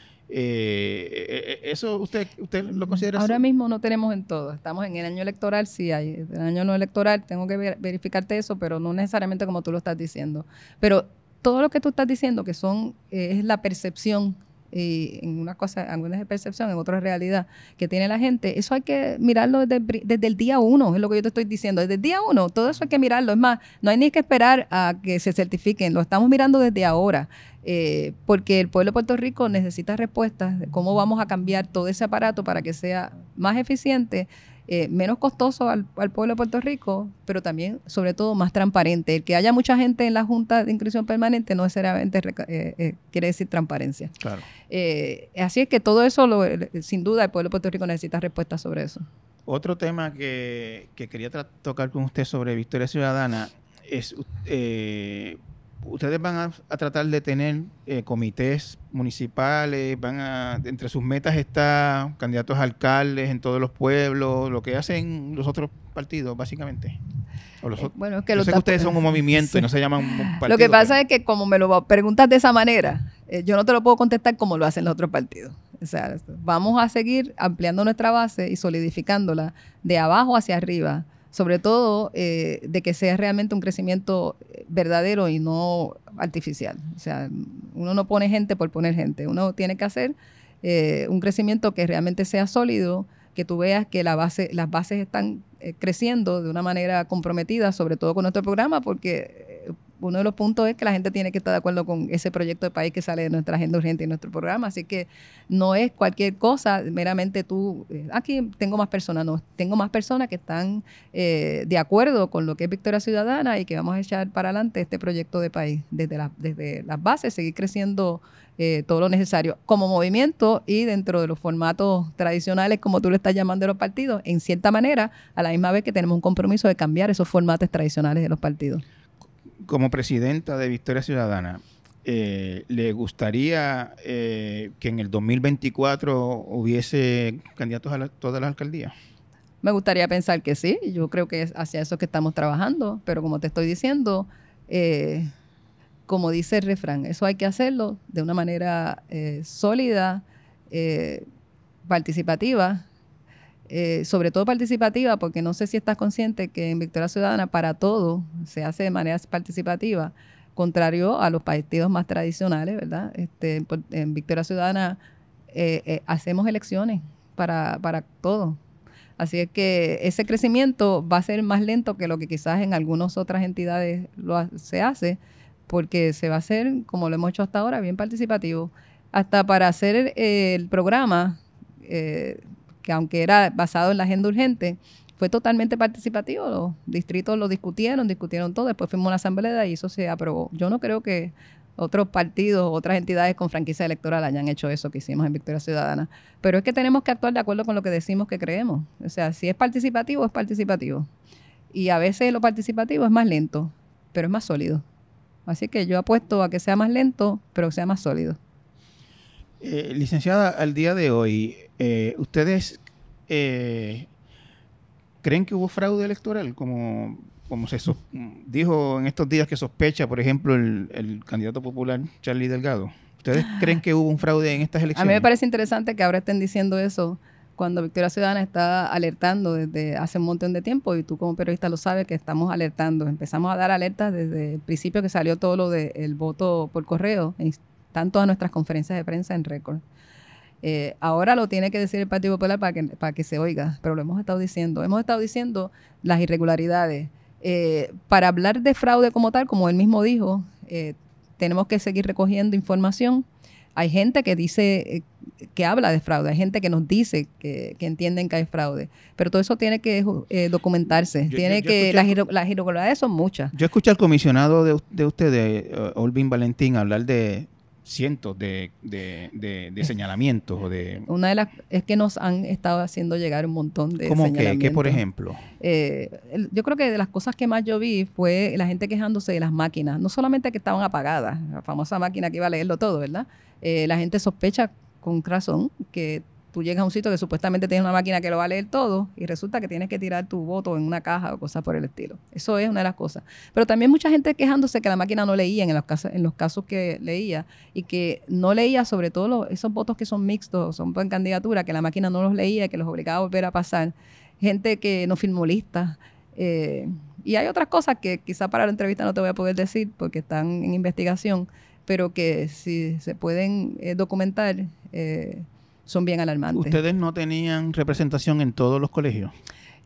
¿Eso usted lo considera? Ahora mismo no tenemos en todo. Estamos en el año electoral, sí hay. En el año no electoral tengo que verificarte eso, pero no necesariamente como tú lo estás diciendo. Pero todo lo que tú estás diciendo, que es la percepción, y en una cosa, algunas es percepción, en otras es realidad que tiene la gente, eso hay que mirarlo desde el día 1, es lo que yo te estoy diciendo, desde el día 1, todo eso hay que mirarlo, es más, no hay ni que esperar a que se certifiquen, lo estamos mirando desde ahora, porque el pueblo de Puerto Rico necesita respuestas de cómo vamos a cambiar todo ese aparato para que sea más eficiente, menos costoso al pueblo de Puerto Rico, pero también, sobre todo, más transparente. El que haya mucha gente en la Junta de Inscripción Permanente no necesariamente quiere decir transparencia. Claro. Así es que todo eso, sin duda, el pueblo de Puerto Rico necesita respuestas sobre eso. Otro tema que quería tocar con usted sobre Victoria Ciudadana es... ustedes van a tratar de tener comités municipales, entre sus metas está candidatos a alcaldes en todos los pueblos, lo que hacen los otros partidos, básicamente. Bueno, es que yo sé que ustedes son un movimiento, sí, y no se llaman un partido. Lo que pasa es que como me lo preguntas de esa manera, yo no te lo puedo contestar como lo hacen los otros partidos. O sea, vamos a seguir ampliando nuestra base y solidificándola de abajo hacia arriba, sobre todo de que sea realmente un crecimiento verdadero y no artificial. O sea, uno no pone gente por poner gente. Uno tiene que hacer un crecimiento que realmente sea sólido, que tú veas que las bases están creciendo de una manera comprometida, sobre todo con nuestro programa, porque uno de los puntos es que la gente tiene que estar de acuerdo con ese proyecto de país que sale de nuestra agenda urgente y nuestro programa. Así que no es cualquier cosa, meramente tú, aquí tengo más personas, no, tengo más personas que están de acuerdo con lo que es Victoria Ciudadana y que vamos a echar para adelante este proyecto de país desde las bases, seguir creciendo todo lo necesario como movimiento y dentro de los formatos tradicionales, como tú le estás llamando, de los partidos, en cierta manera, a la misma vez que tenemos un compromiso de cambiar esos formatos tradicionales de los partidos. Como presidenta de Victoria Ciudadana, ¿le gustaría que en el 2024 hubiese candidatos a todas las alcaldías? Me gustaría pensar que sí, yo creo que es hacia eso que estamos trabajando, pero como te estoy diciendo, como dice el refrán, eso hay que hacerlo de una manera sólida, participativa, sobre todo participativa, porque no sé si estás consciente que en Victoria Ciudadana para todo se hace de manera participativa, contrario a los partidos más tradicionales, ¿verdad? En Victoria Ciudadana hacemos elecciones para todo. Así es que ese crecimiento va a ser más lento que lo que quizás en algunas otras entidades se hace, porque se va a hacer, como lo hemos hecho hasta ahora, bien participativo. Hasta para hacer el programa, que aunque era basado en la agenda urgente, fue totalmente participativo. Los distritos lo discutieron todo, después fuimos a una asamblea y eso se aprobó. Yo no creo que otros partidos, otras entidades con franquicia electoral hayan hecho eso que hicimos en Victoria Ciudadana. Pero es que tenemos que actuar de acuerdo con lo que decimos que creemos. O sea, si es participativo, es participativo. Y a veces lo participativo es más lento, pero es más sólido. Así que yo apuesto a que sea más lento, pero que sea más sólido. Licenciada, al día de hoy, ¿ustedes creen que hubo fraude electoral? Como se dijo en estos días que sospecha, por ejemplo, el candidato popular Charlie Delgado. ¿Ustedes creen que hubo un fraude en estas elecciones? A mí me parece interesante que ahora estén diciendo eso cuando Victoria Ciudadana está alertando desde hace un montón de tiempo, y tú como periodista lo sabes que estamos alertando. Empezamos a dar alertas desde el principio que salió todo lo del voto por correo, están todas nuestras conferencias de prensa en récord. Ahora lo tiene que decir el Partido Popular para que se oiga, pero lo hemos estado diciendo. Hemos estado diciendo las irregularidades. Para hablar de fraude como tal, como él mismo dijo, tenemos que seguir recogiendo información. Hay gente que dice, que habla de fraude, hay gente que nos dice que entienden que hay fraude, pero todo eso tiene que documentarse. Las irregularidades son muchas. Yo escuché al comisionado de ustedes, Olvin Valentín, hablar de cientos de señalamientos. Una de las es que nos han estado haciendo llegar un montón de señalamientos. ¿Cómo qué, por ejemplo? Yo creo que de las cosas que más yo vi fue la gente quejándose de las máquinas, no solamente que estaban apagadas, la famosa máquina que iba a leerlo todo, ¿verdad? La gente sospecha con razón que tú llegas a un sitio que supuestamente tiene una máquina que lo va a leer todo y resulta que tienes que tirar tu voto en una caja o cosas por el estilo. Eso es una de las cosas. Pero también mucha gente quejándose que la máquina no leía en los casos que leía, y que no leía sobre todo esos votos que son mixtos, son en candidatura, que la máquina no los leía, que los obligaba a volver a pasar. Gente que no firmó listas. Y hay otras cosas que quizá para la entrevista no te voy a poder decir porque están en investigación, pero que si se pueden documentar, son bien alarmantes. ¿Ustedes no tenían representación en todos los colegios?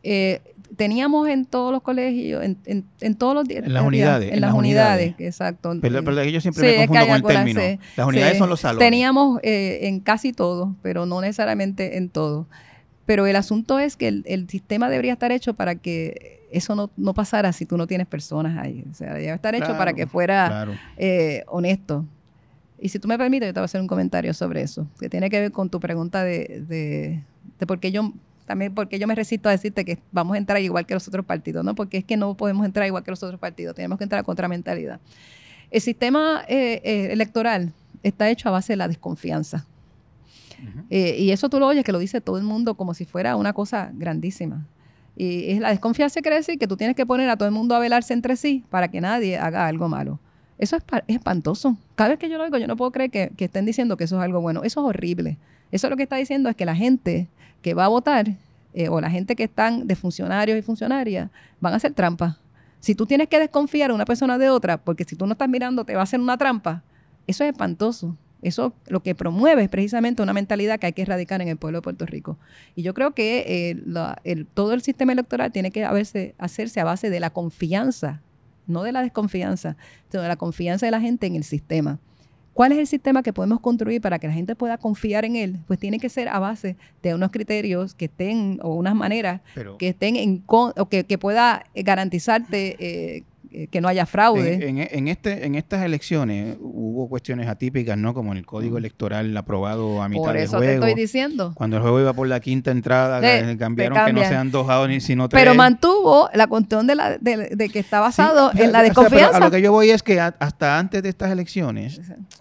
Teníamos en todos los colegios, en todos los días. En las unidades. En las unidades, exacto. Pero yo siempre me confundo con el término. Las unidades son los salones. Teníamos en casi todos, pero no necesariamente en todos. Pero el asunto es que el sistema debería estar hecho para que eso no pasara si tú no tienes personas ahí. O sea, debería estar hecho para que fuera honesto. Y si tú me permites, yo te voy a hacer un comentario sobre eso, que tiene que ver con tu pregunta de por qué yo me resisto a decirte que vamos a entrar igual que los otros partidos, ¿no? Porque es que no podemos entrar igual que los otros partidos, tenemos que entrar con otra mentalidad. El sistema electoral está hecho a base de la desconfianza. Uh-huh. Y eso tú lo oyes, que lo dice todo el mundo como si fuera una cosa grandísima. Y la desconfianza quiere decir que tú tienes que poner a todo el mundo a velarse entre sí para que nadie haga algo malo. Eso es espantoso. Cada vez que yo lo oigo, yo no puedo creer que estén diciendo que eso es algo bueno. Eso es horrible. Eso lo que está diciendo es que la gente que va a votar o la gente que están de funcionarios y funcionarias van a hacer trampa. Si tú tienes que desconfiar a una persona de otra, porque si tú no estás mirando te va a hacer una trampa, eso es espantoso. Eso lo que promueve es precisamente una mentalidad que hay que erradicar en el pueblo de Puerto Rico. Y yo creo que todo el sistema electoral tiene que hacerse a base de la confianza, no de la desconfianza, sino de la confianza de la gente en el sistema. ¿Cuál es el sistema que podemos construir para que la gente pueda confiar en él? Pues tiene que ser a base de unos criterios que estén, o unas maneras que estén o que pueda garantizarte que no haya fraude. En estas elecciones hubo cuestiones atípicas, ¿no? Como el código electoral aprobado a mitad del juego. Por eso te estoy diciendo. Cuando el juego iba por la quinta entrada, cambiaron que no sean 2 outs sino 3. Pero mantuvo la cuestión de que está basado en la desconfianza. Pero a lo que yo voy es que hasta antes de estas elecciones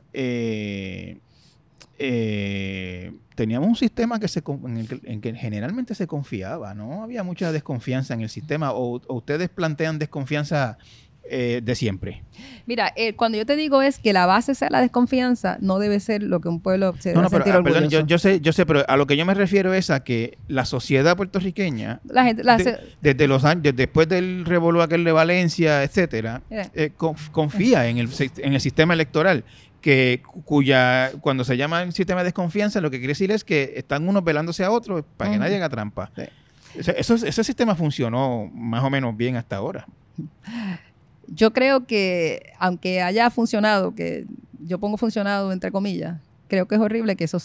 teníamos un sistema en que generalmente se confiaba, ¿no? Había mucha desconfianza en el sistema. ¿O ustedes plantean desconfianza de siempre? Mira, cuando yo te digo es que la base sea la desconfianza, no debe ser lo que un pueblo se debe sentir orgulloso. Perdón, yo sé, pero a lo que yo me refiero es a que la sociedad puertorriqueña, desde los años, después del revolú aquel de Valencia, etcétera, confía en el sistema electoral. Cuando se llama el sistema de desconfianza, lo que quiere decir es que están unos velándose a otros para que nadie haga trampa. Sí. Ese sistema funcionó más o menos bien hasta ahora. Yo creo que, aunque haya funcionado, que yo pongo funcionado entre comillas, creo que es horrible que eso sea.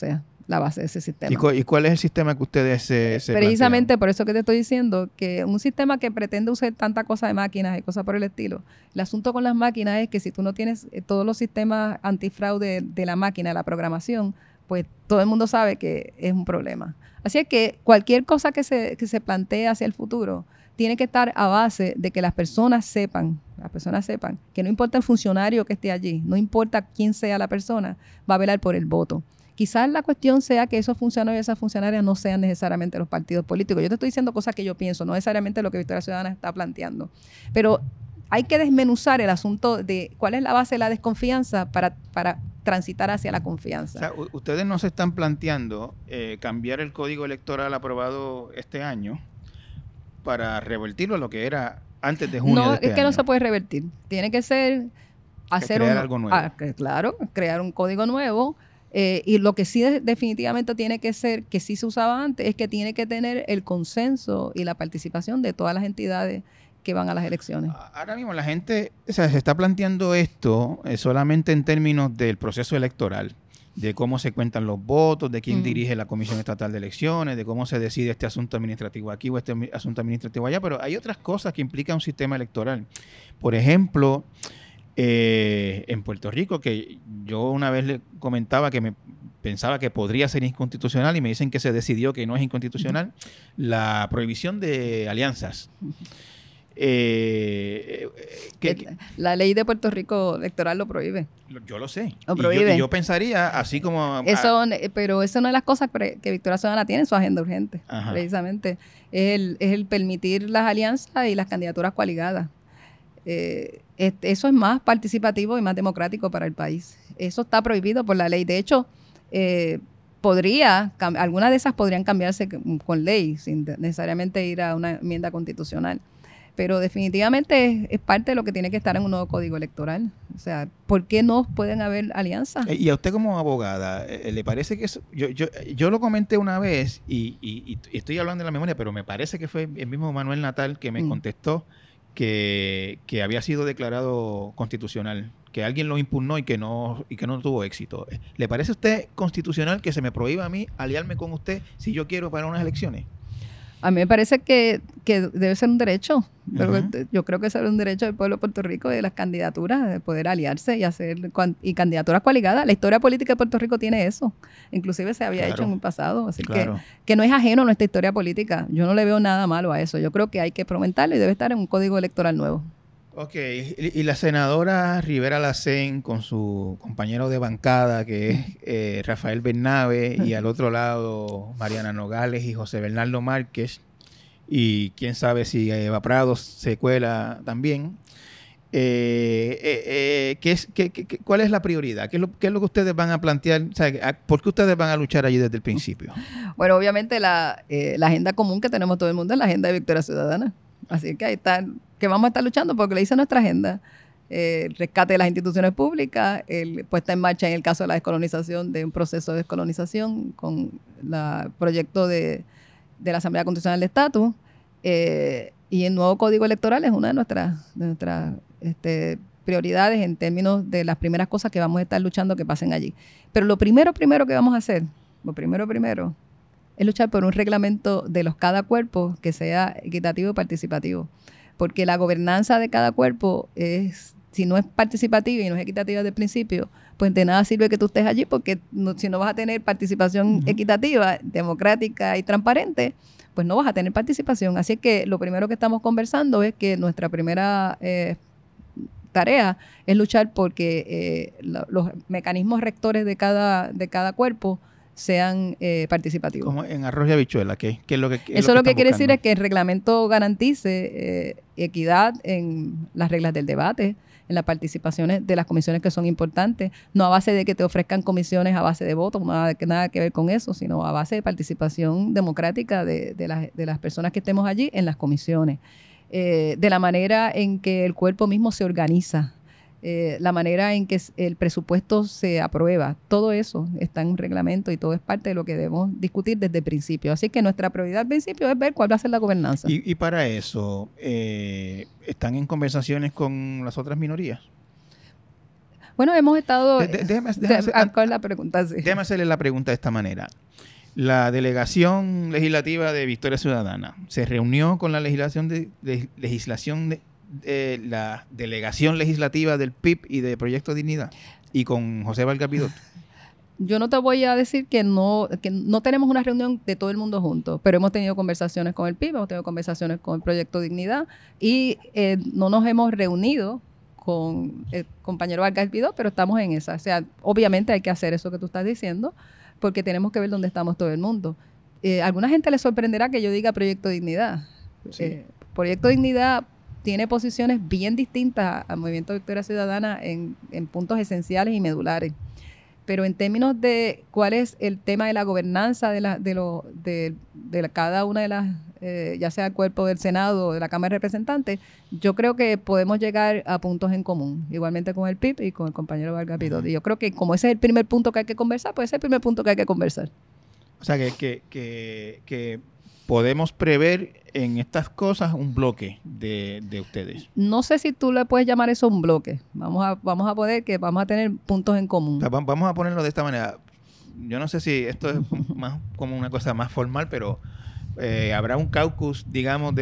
la base de ese sistema. ¿Y cuál es el sistema que ustedes se Precisamente plantean? por eso que te estoy diciendo que un sistema que pretende usar tanta cosa de máquinas y cosas por el estilo, el asunto con las máquinas es que si tú no tienes todos los sistemas antifraude de la máquina, la programación, pues todo el mundo sabe que es un problema. Así es que cualquier cosa que se plantee hacia el futuro tiene que estar a base de que las personas sepan que no importa el funcionario que esté allí, no importa quién sea la persona, va a velar por el voto. Quizás la cuestión sea que esos funcionarios y esas funcionarias no sean necesariamente los partidos políticos. Yo te estoy diciendo cosas que yo pienso, no necesariamente lo que Victoria Ciudadana está planteando. Pero hay que desmenuzar el asunto de cuál es la base de la desconfianza para transitar hacia la confianza. O sea, ustedes no se están planteando cambiar el código electoral aprobado este año para revertirlo a lo que era antes de junio de este es que año. No se puede revertir. Tiene que ser crear algo nuevo. Claro, crear un código nuevo. Y lo que sí definitivamente tiene que ser, que sí se usaba antes, es que tiene que tener el consenso y la participación de todas las entidades que van a las elecciones. Ahora mismo la gente se está planteando esto solamente en términos del proceso electoral, de cómo se cuentan los votos, de quién dirige la Comisión Estatal de Elecciones, de cómo se decide este asunto administrativo aquí o este asunto administrativo allá, pero hay otras cosas que implican un sistema electoral. Por ejemplo, en Puerto Rico, que yo una vez le comentaba que me pensaba que podría ser inconstitucional y me dicen que se decidió que no es inconstitucional, la prohibición de alianzas. La ley de Puerto Rico electoral lo prohíbe. Yo lo sé. Lo prohíbe. Y yo pensaría, así como... Pero eso no es las cosas que Victoria Ciudadana tiene en su agenda urgente. Ajá. Precisamente. Es el permitir las alianzas y las candidaturas coaligadas. Eso es más participativo y más democrático para el país. Eso está prohibido por la ley. De hecho, algunas de esas podrían cambiarse con ley, sin necesariamente ir a una enmienda constitucional. Pero definitivamente es parte de lo que tiene que estar en un nuevo código electoral. O sea, ¿por qué no pueden haber alianzas? Y a usted como abogada, ¿le parece que eso? Yo lo comenté una vez y estoy hablando de la memoria, pero me parece que fue el mismo Manuel Natal que me contestó que había sido declarado constitucional, que alguien lo impugnó y que no tuvo éxito. ¿Le parece a usted constitucional que se me prohíba a mí aliarme con usted si yo quiero para unas elecciones? A mí me parece que debe ser un derecho. Pero yo creo que es un derecho del pueblo de Puerto Rico, de las candidaturas, de poder aliarse y hacer candidaturas coaligadas. La historia política de Puerto Rico tiene eso. Inclusive se había hecho en el pasado. Así que no es ajeno a nuestra historia política. Yo no le veo nada malo a eso. Yo creo que hay que fomentarlo y debe estar en un código electoral nuevo. Ok, y la senadora Rivera Lacén con su compañero de bancada que es Rafael Bernabe y al otro lado Mariana Nogales y José Bernardo Márquez y quién sabe si Eva Prado se cuela también. ¿Cuál es la prioridad? ¿Qué es lo que ustedes van a plantear? O sea, ¿por qué ustedes van a luchar allí desde el principio? Bueno, obviamente la agenda común que tenemos todo el mundo es la agenda de Victoria Ciudadana. Así que ahí está, que vamos a estar luchando porque le dice nuestra agenda. El rescate de las instituciones públicas, puesta en marcha en el caso de la descolonización, de un proceso de descolonización con el proyecto de la Asamblea Constitucional de Estatus, y el nuevo Código Electoral es una de nuestras prioridades en términos de las primeras cosas que vamos a estar luchando que pasen allí. Pero lo primero que vamos a hacer, es luchar por un reglamento de cada cuerpo que sea equitativo y participativo. Porque la gobernanza de cada cuerpo si no es participativa y no es equitativa desde el principio, pues de nada sirve que tú estés allí porque si no vas a tener participación equitativa, democrática y transparente, pues no vas a tener participación. Así que lo primero que estamos conversando es que nuestra primera tarea es luchar porque los mecanismos rectores de cada cuerpo sean participativos. Como en arroz y habichuela, ¿qué es lo que eso lo que quiere decir es que el reglamento garantice equidad en las reglas del debate, en las participaciones de las comisiones que son importantes, no a base de que te ofrezcan comisiones a base de votos, nada que ver con eso, sino a base de participación democrática de las personas que estemos allí en las comisiones, de la manera en que el cuerpo mismo se organiza, la manera en que el presupuesto se aprueba, todo eso está en un reglamento y todo es parte de lo que debemos discutir desde el principio. Así que nuestra prioridad al principio es ver cuál va a ser la gobernanza. Y para eso, ¿están en conversaciones con las otras minorías? Bueno, hemos estado... Déjame ¿Cuál es la pregunta? Sí. Déjame hacerle la pregunta de esta manera. La delegación legislativa de Victoria Ciudadana se reunió con la legislación la delegación legislativa del PIB y de Proyecto Dignidad y con José Vargas Vidot. Yo no te voy a decir que no tenemos una reunión de todo el mundo juntos, pero hemos tenido conversaciones con el PIB, hemos tenido conversaciones con el Proyecto Dignidad y no nos hemos reunido con el compañero Vargas Vidot, pero estamos en esa. O sea, obviamente hay que hacer eso que tú estás diciendo, porque tenemos que ver dónde estamos todo el mundo. A alguna gente le sorprenderá que yo diga Proyecto Dignidad. Sí. Proyecto Dignidad tiene posiciones bien distintas al Movimiento Victoria Ciudadana en puntos esenciales y medulares. Pero en términos de cuál es el tema de la gobernanza de cada una de las, ya sea el cuerpo del Senado o de la Cámara de Representantes, yo creo que podemos llegar a puntos en común, igualmente con el PIB y con el compañero Vargas Vidot. Y yo creo que como ese es el primer punto que hay que conversar, pues ese es el primer punto que hay que conversar. O sea, que podemos prever en estas cosas un bloque de ustedes. No sé si tú le puedes llamar eso un bloque. Vamos a poder que vamos a tener puntos en común. O sea, vamos a ponerlo de esta manera. Yo no sé si esto es más como una cosa más formal, pero habrá un caucus, digamos,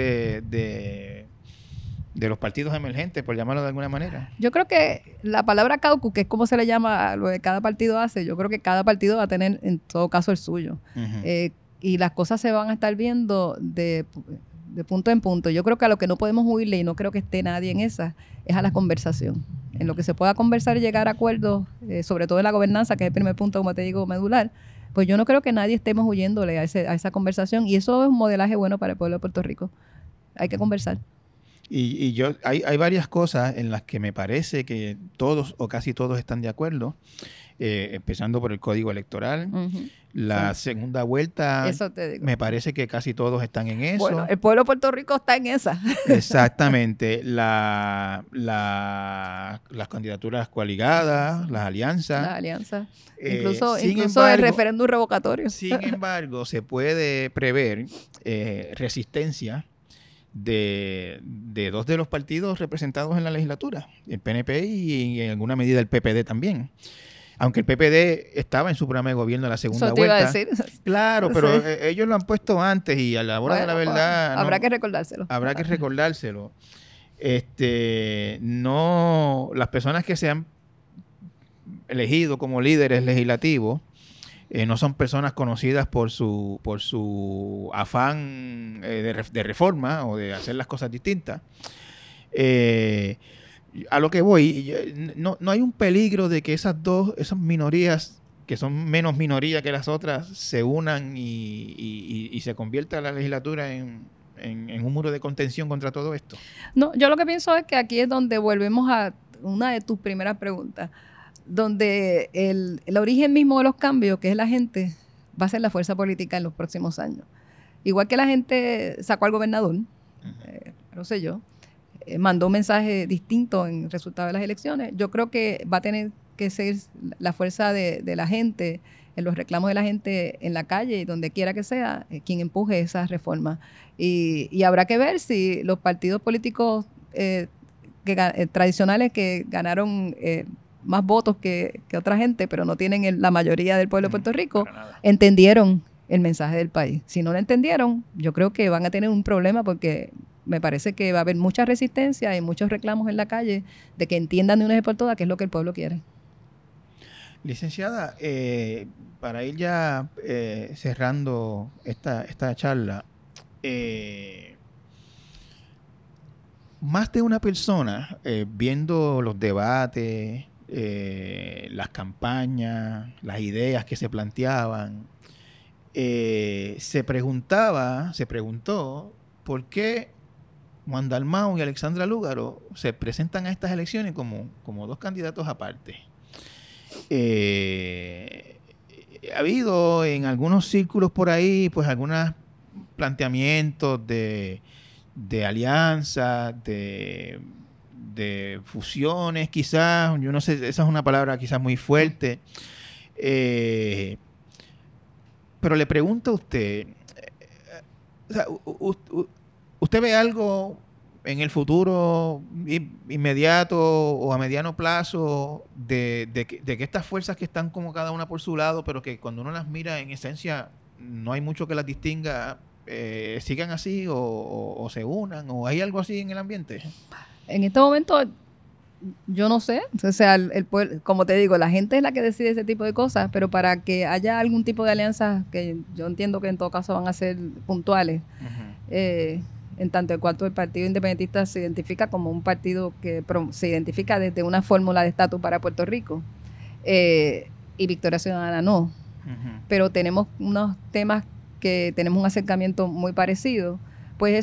de los partidos emergentes, por llamarlo de alguna manera. Yo creo que la palabra caucus, que es como se le llama a lo que cada partido hace, yo creo que cada partido va a tener en todo caso el suyo. Uh-huh. Y las cosas se van a estar viendo de punto en punto. Yo creo que a lo que no podemos huirle, y no creo que esté nadie en esa, es a la conversación. En lo que se pueda conversar y llegar a acuerdos, sobre todo en la gobernanza, que es el primer punto, como te digo, medular, pues yo no creo que nadie estemos huyéndole a esa conversación. Y eso es un modelaje bueno para el pueblo de Puerto Rico. Hay que conversar. Y hay varias cosas en las que me parece que todos o casi todos están de acuerdo, empezando por el Código Electoral. Uh-huh. La segunda vuelta, eso te digo. Me parece que casi todos están en eso. Bueno, el pueblo de Puerto Rico está en esa. Exactamente. Las candidaturas coaligadas, las alianzas. Las alianzas. Incluso embargo, el referéndum revocatorio. Sin embargo, se puede prever resistencia de dos de los partidos representados en la legislatura, el PNP y en alguna medida el PPD también. Aunque el PPD estaba en su programa de gobierno en la segunda vuelta. Iba a decir. Claro, pero sí. Ellos lo han puesto antes y a la hora de la verdad... Habrá que recordárselo. Habrá que recordárselo. No, las personas que se han elegido como líderes legislativos no son personas conocidas por su afán de reforma o de hacer las cosas distintas. A lo que voy, no hay un peligro de que esas minorías, que son menos minoría que las otras, se unan y se convierta la legislatura en un muro de contención contra todo esto. No, yo lo que pienso es que aquí es donde volvemos a una de tus primeras preguntas, donde el origen mismo de los cambios, que es la gente, va a ser la fuerza política en los próximos años. Igual que la gente sacó al gobernador, no sé yo, mandó un mensaje distinto en el resultado de las elecciones, yo creo que va a tener que ser la fuerza de la gente, en los reclamos de la gente en la calle y donde quiera que sea, quien empuje esas reformas. Y habrá que ver si los partidos políticos tradicionales que ganaron más votos que otra gente, pero no tienen la mayoría del pueblo de Puerto Rico, entendieron el mensaje del país. Si no lo entendieron, yo creo que van a tener un problema porque me parece que va a haber mucha resistencia y muchos reclamos en la calle de que entiendan de una vez por todas qué es lo que el pueblo quiere. Licenciada, para ir ya cerrando esta charla, más de una persona viendo los debates, las campañas, las ideas que se planteaban, se preguntó por qué Juan Dalmau y Alexandra Lúgaro se presentan a estas elecciones como dos candidatos aparte. Ha habido en algunos círculos por ahí pues algunos planteamientos de alianzas, de fusiones quizás, yo no sé, esa es una palabra quizás muy fuerte, pero le pregunto a usted, o sea, ¿usted ve algo en el futuro inmediato o a mediano plazo de que estas fuerzas que están como cada una por su lado, pero que cuando uno las mira en esencia no hay mucho que las distinga, sigan así o se unan, o hay algo así en el ambiente? En este momento yo no sé, o sea, como te digo, la gente es la que decide ese tipo de cosas, pero para que haya algún tipo de alianzas, que yo entiendo que en todo caso van a ser puntuales, en tanto en cuanto el Partido Independentista se identifica como un partido que se identifica desde una fórmula de estatus para Puerto Rico, y Victoria Ciudadana no. Pero tenemos unos temas que tenemos un acercamiento muy parecido, pues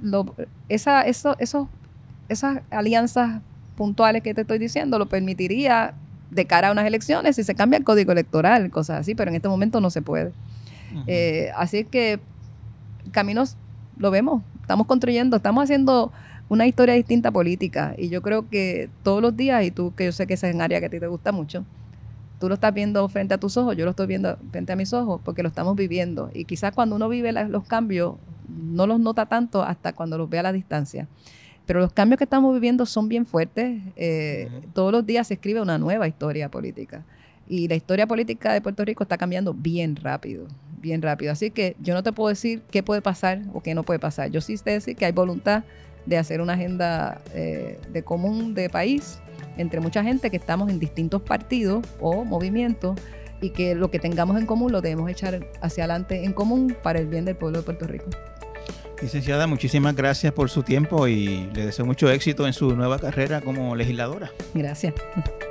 esas alianzas puntuales que te estoy diciendo lo permitiría de cara a unas elecciones si se cambia el código electoral, cosas así, pero en este momento no se puede. Así que caminos lo vemos, estamos construyendo, estamos haciendo una historia distinta política, y yo creo que todos los días, y tú, que yo sé que esa es un área que a ti te gusta mucho, tú lo estás viendo frente a tus ojos, yo lo estoy viendo frente a mis ojos, porque lo estamos viviendo, y quizás cuando uno vive los cambios no los nota tanto hasta cuando los ve a la distancia. Pero los cambios que estamos viviendo son bien fuertes. Todos los días se escribe una nueva historia política. Y la historia política de Puerto Rico está cambiando bien rápido, bien rápido. Así que yo no te puedo decir qué puede pasar o qué no puede pasar. Yo sí te decir que hay voluntad de hacer una agenda de común de país entre mucha gente que estamos en distintos partidos o movimientos, y que lo que tengamos en común lo debemos echar hacia adelante en común para el bien del pueblo de Puerto Rico. Licenciada, muchísimas gracias por su tiempo y le deseo mucho éxito en su nueva carrera como legisladora. Gracias.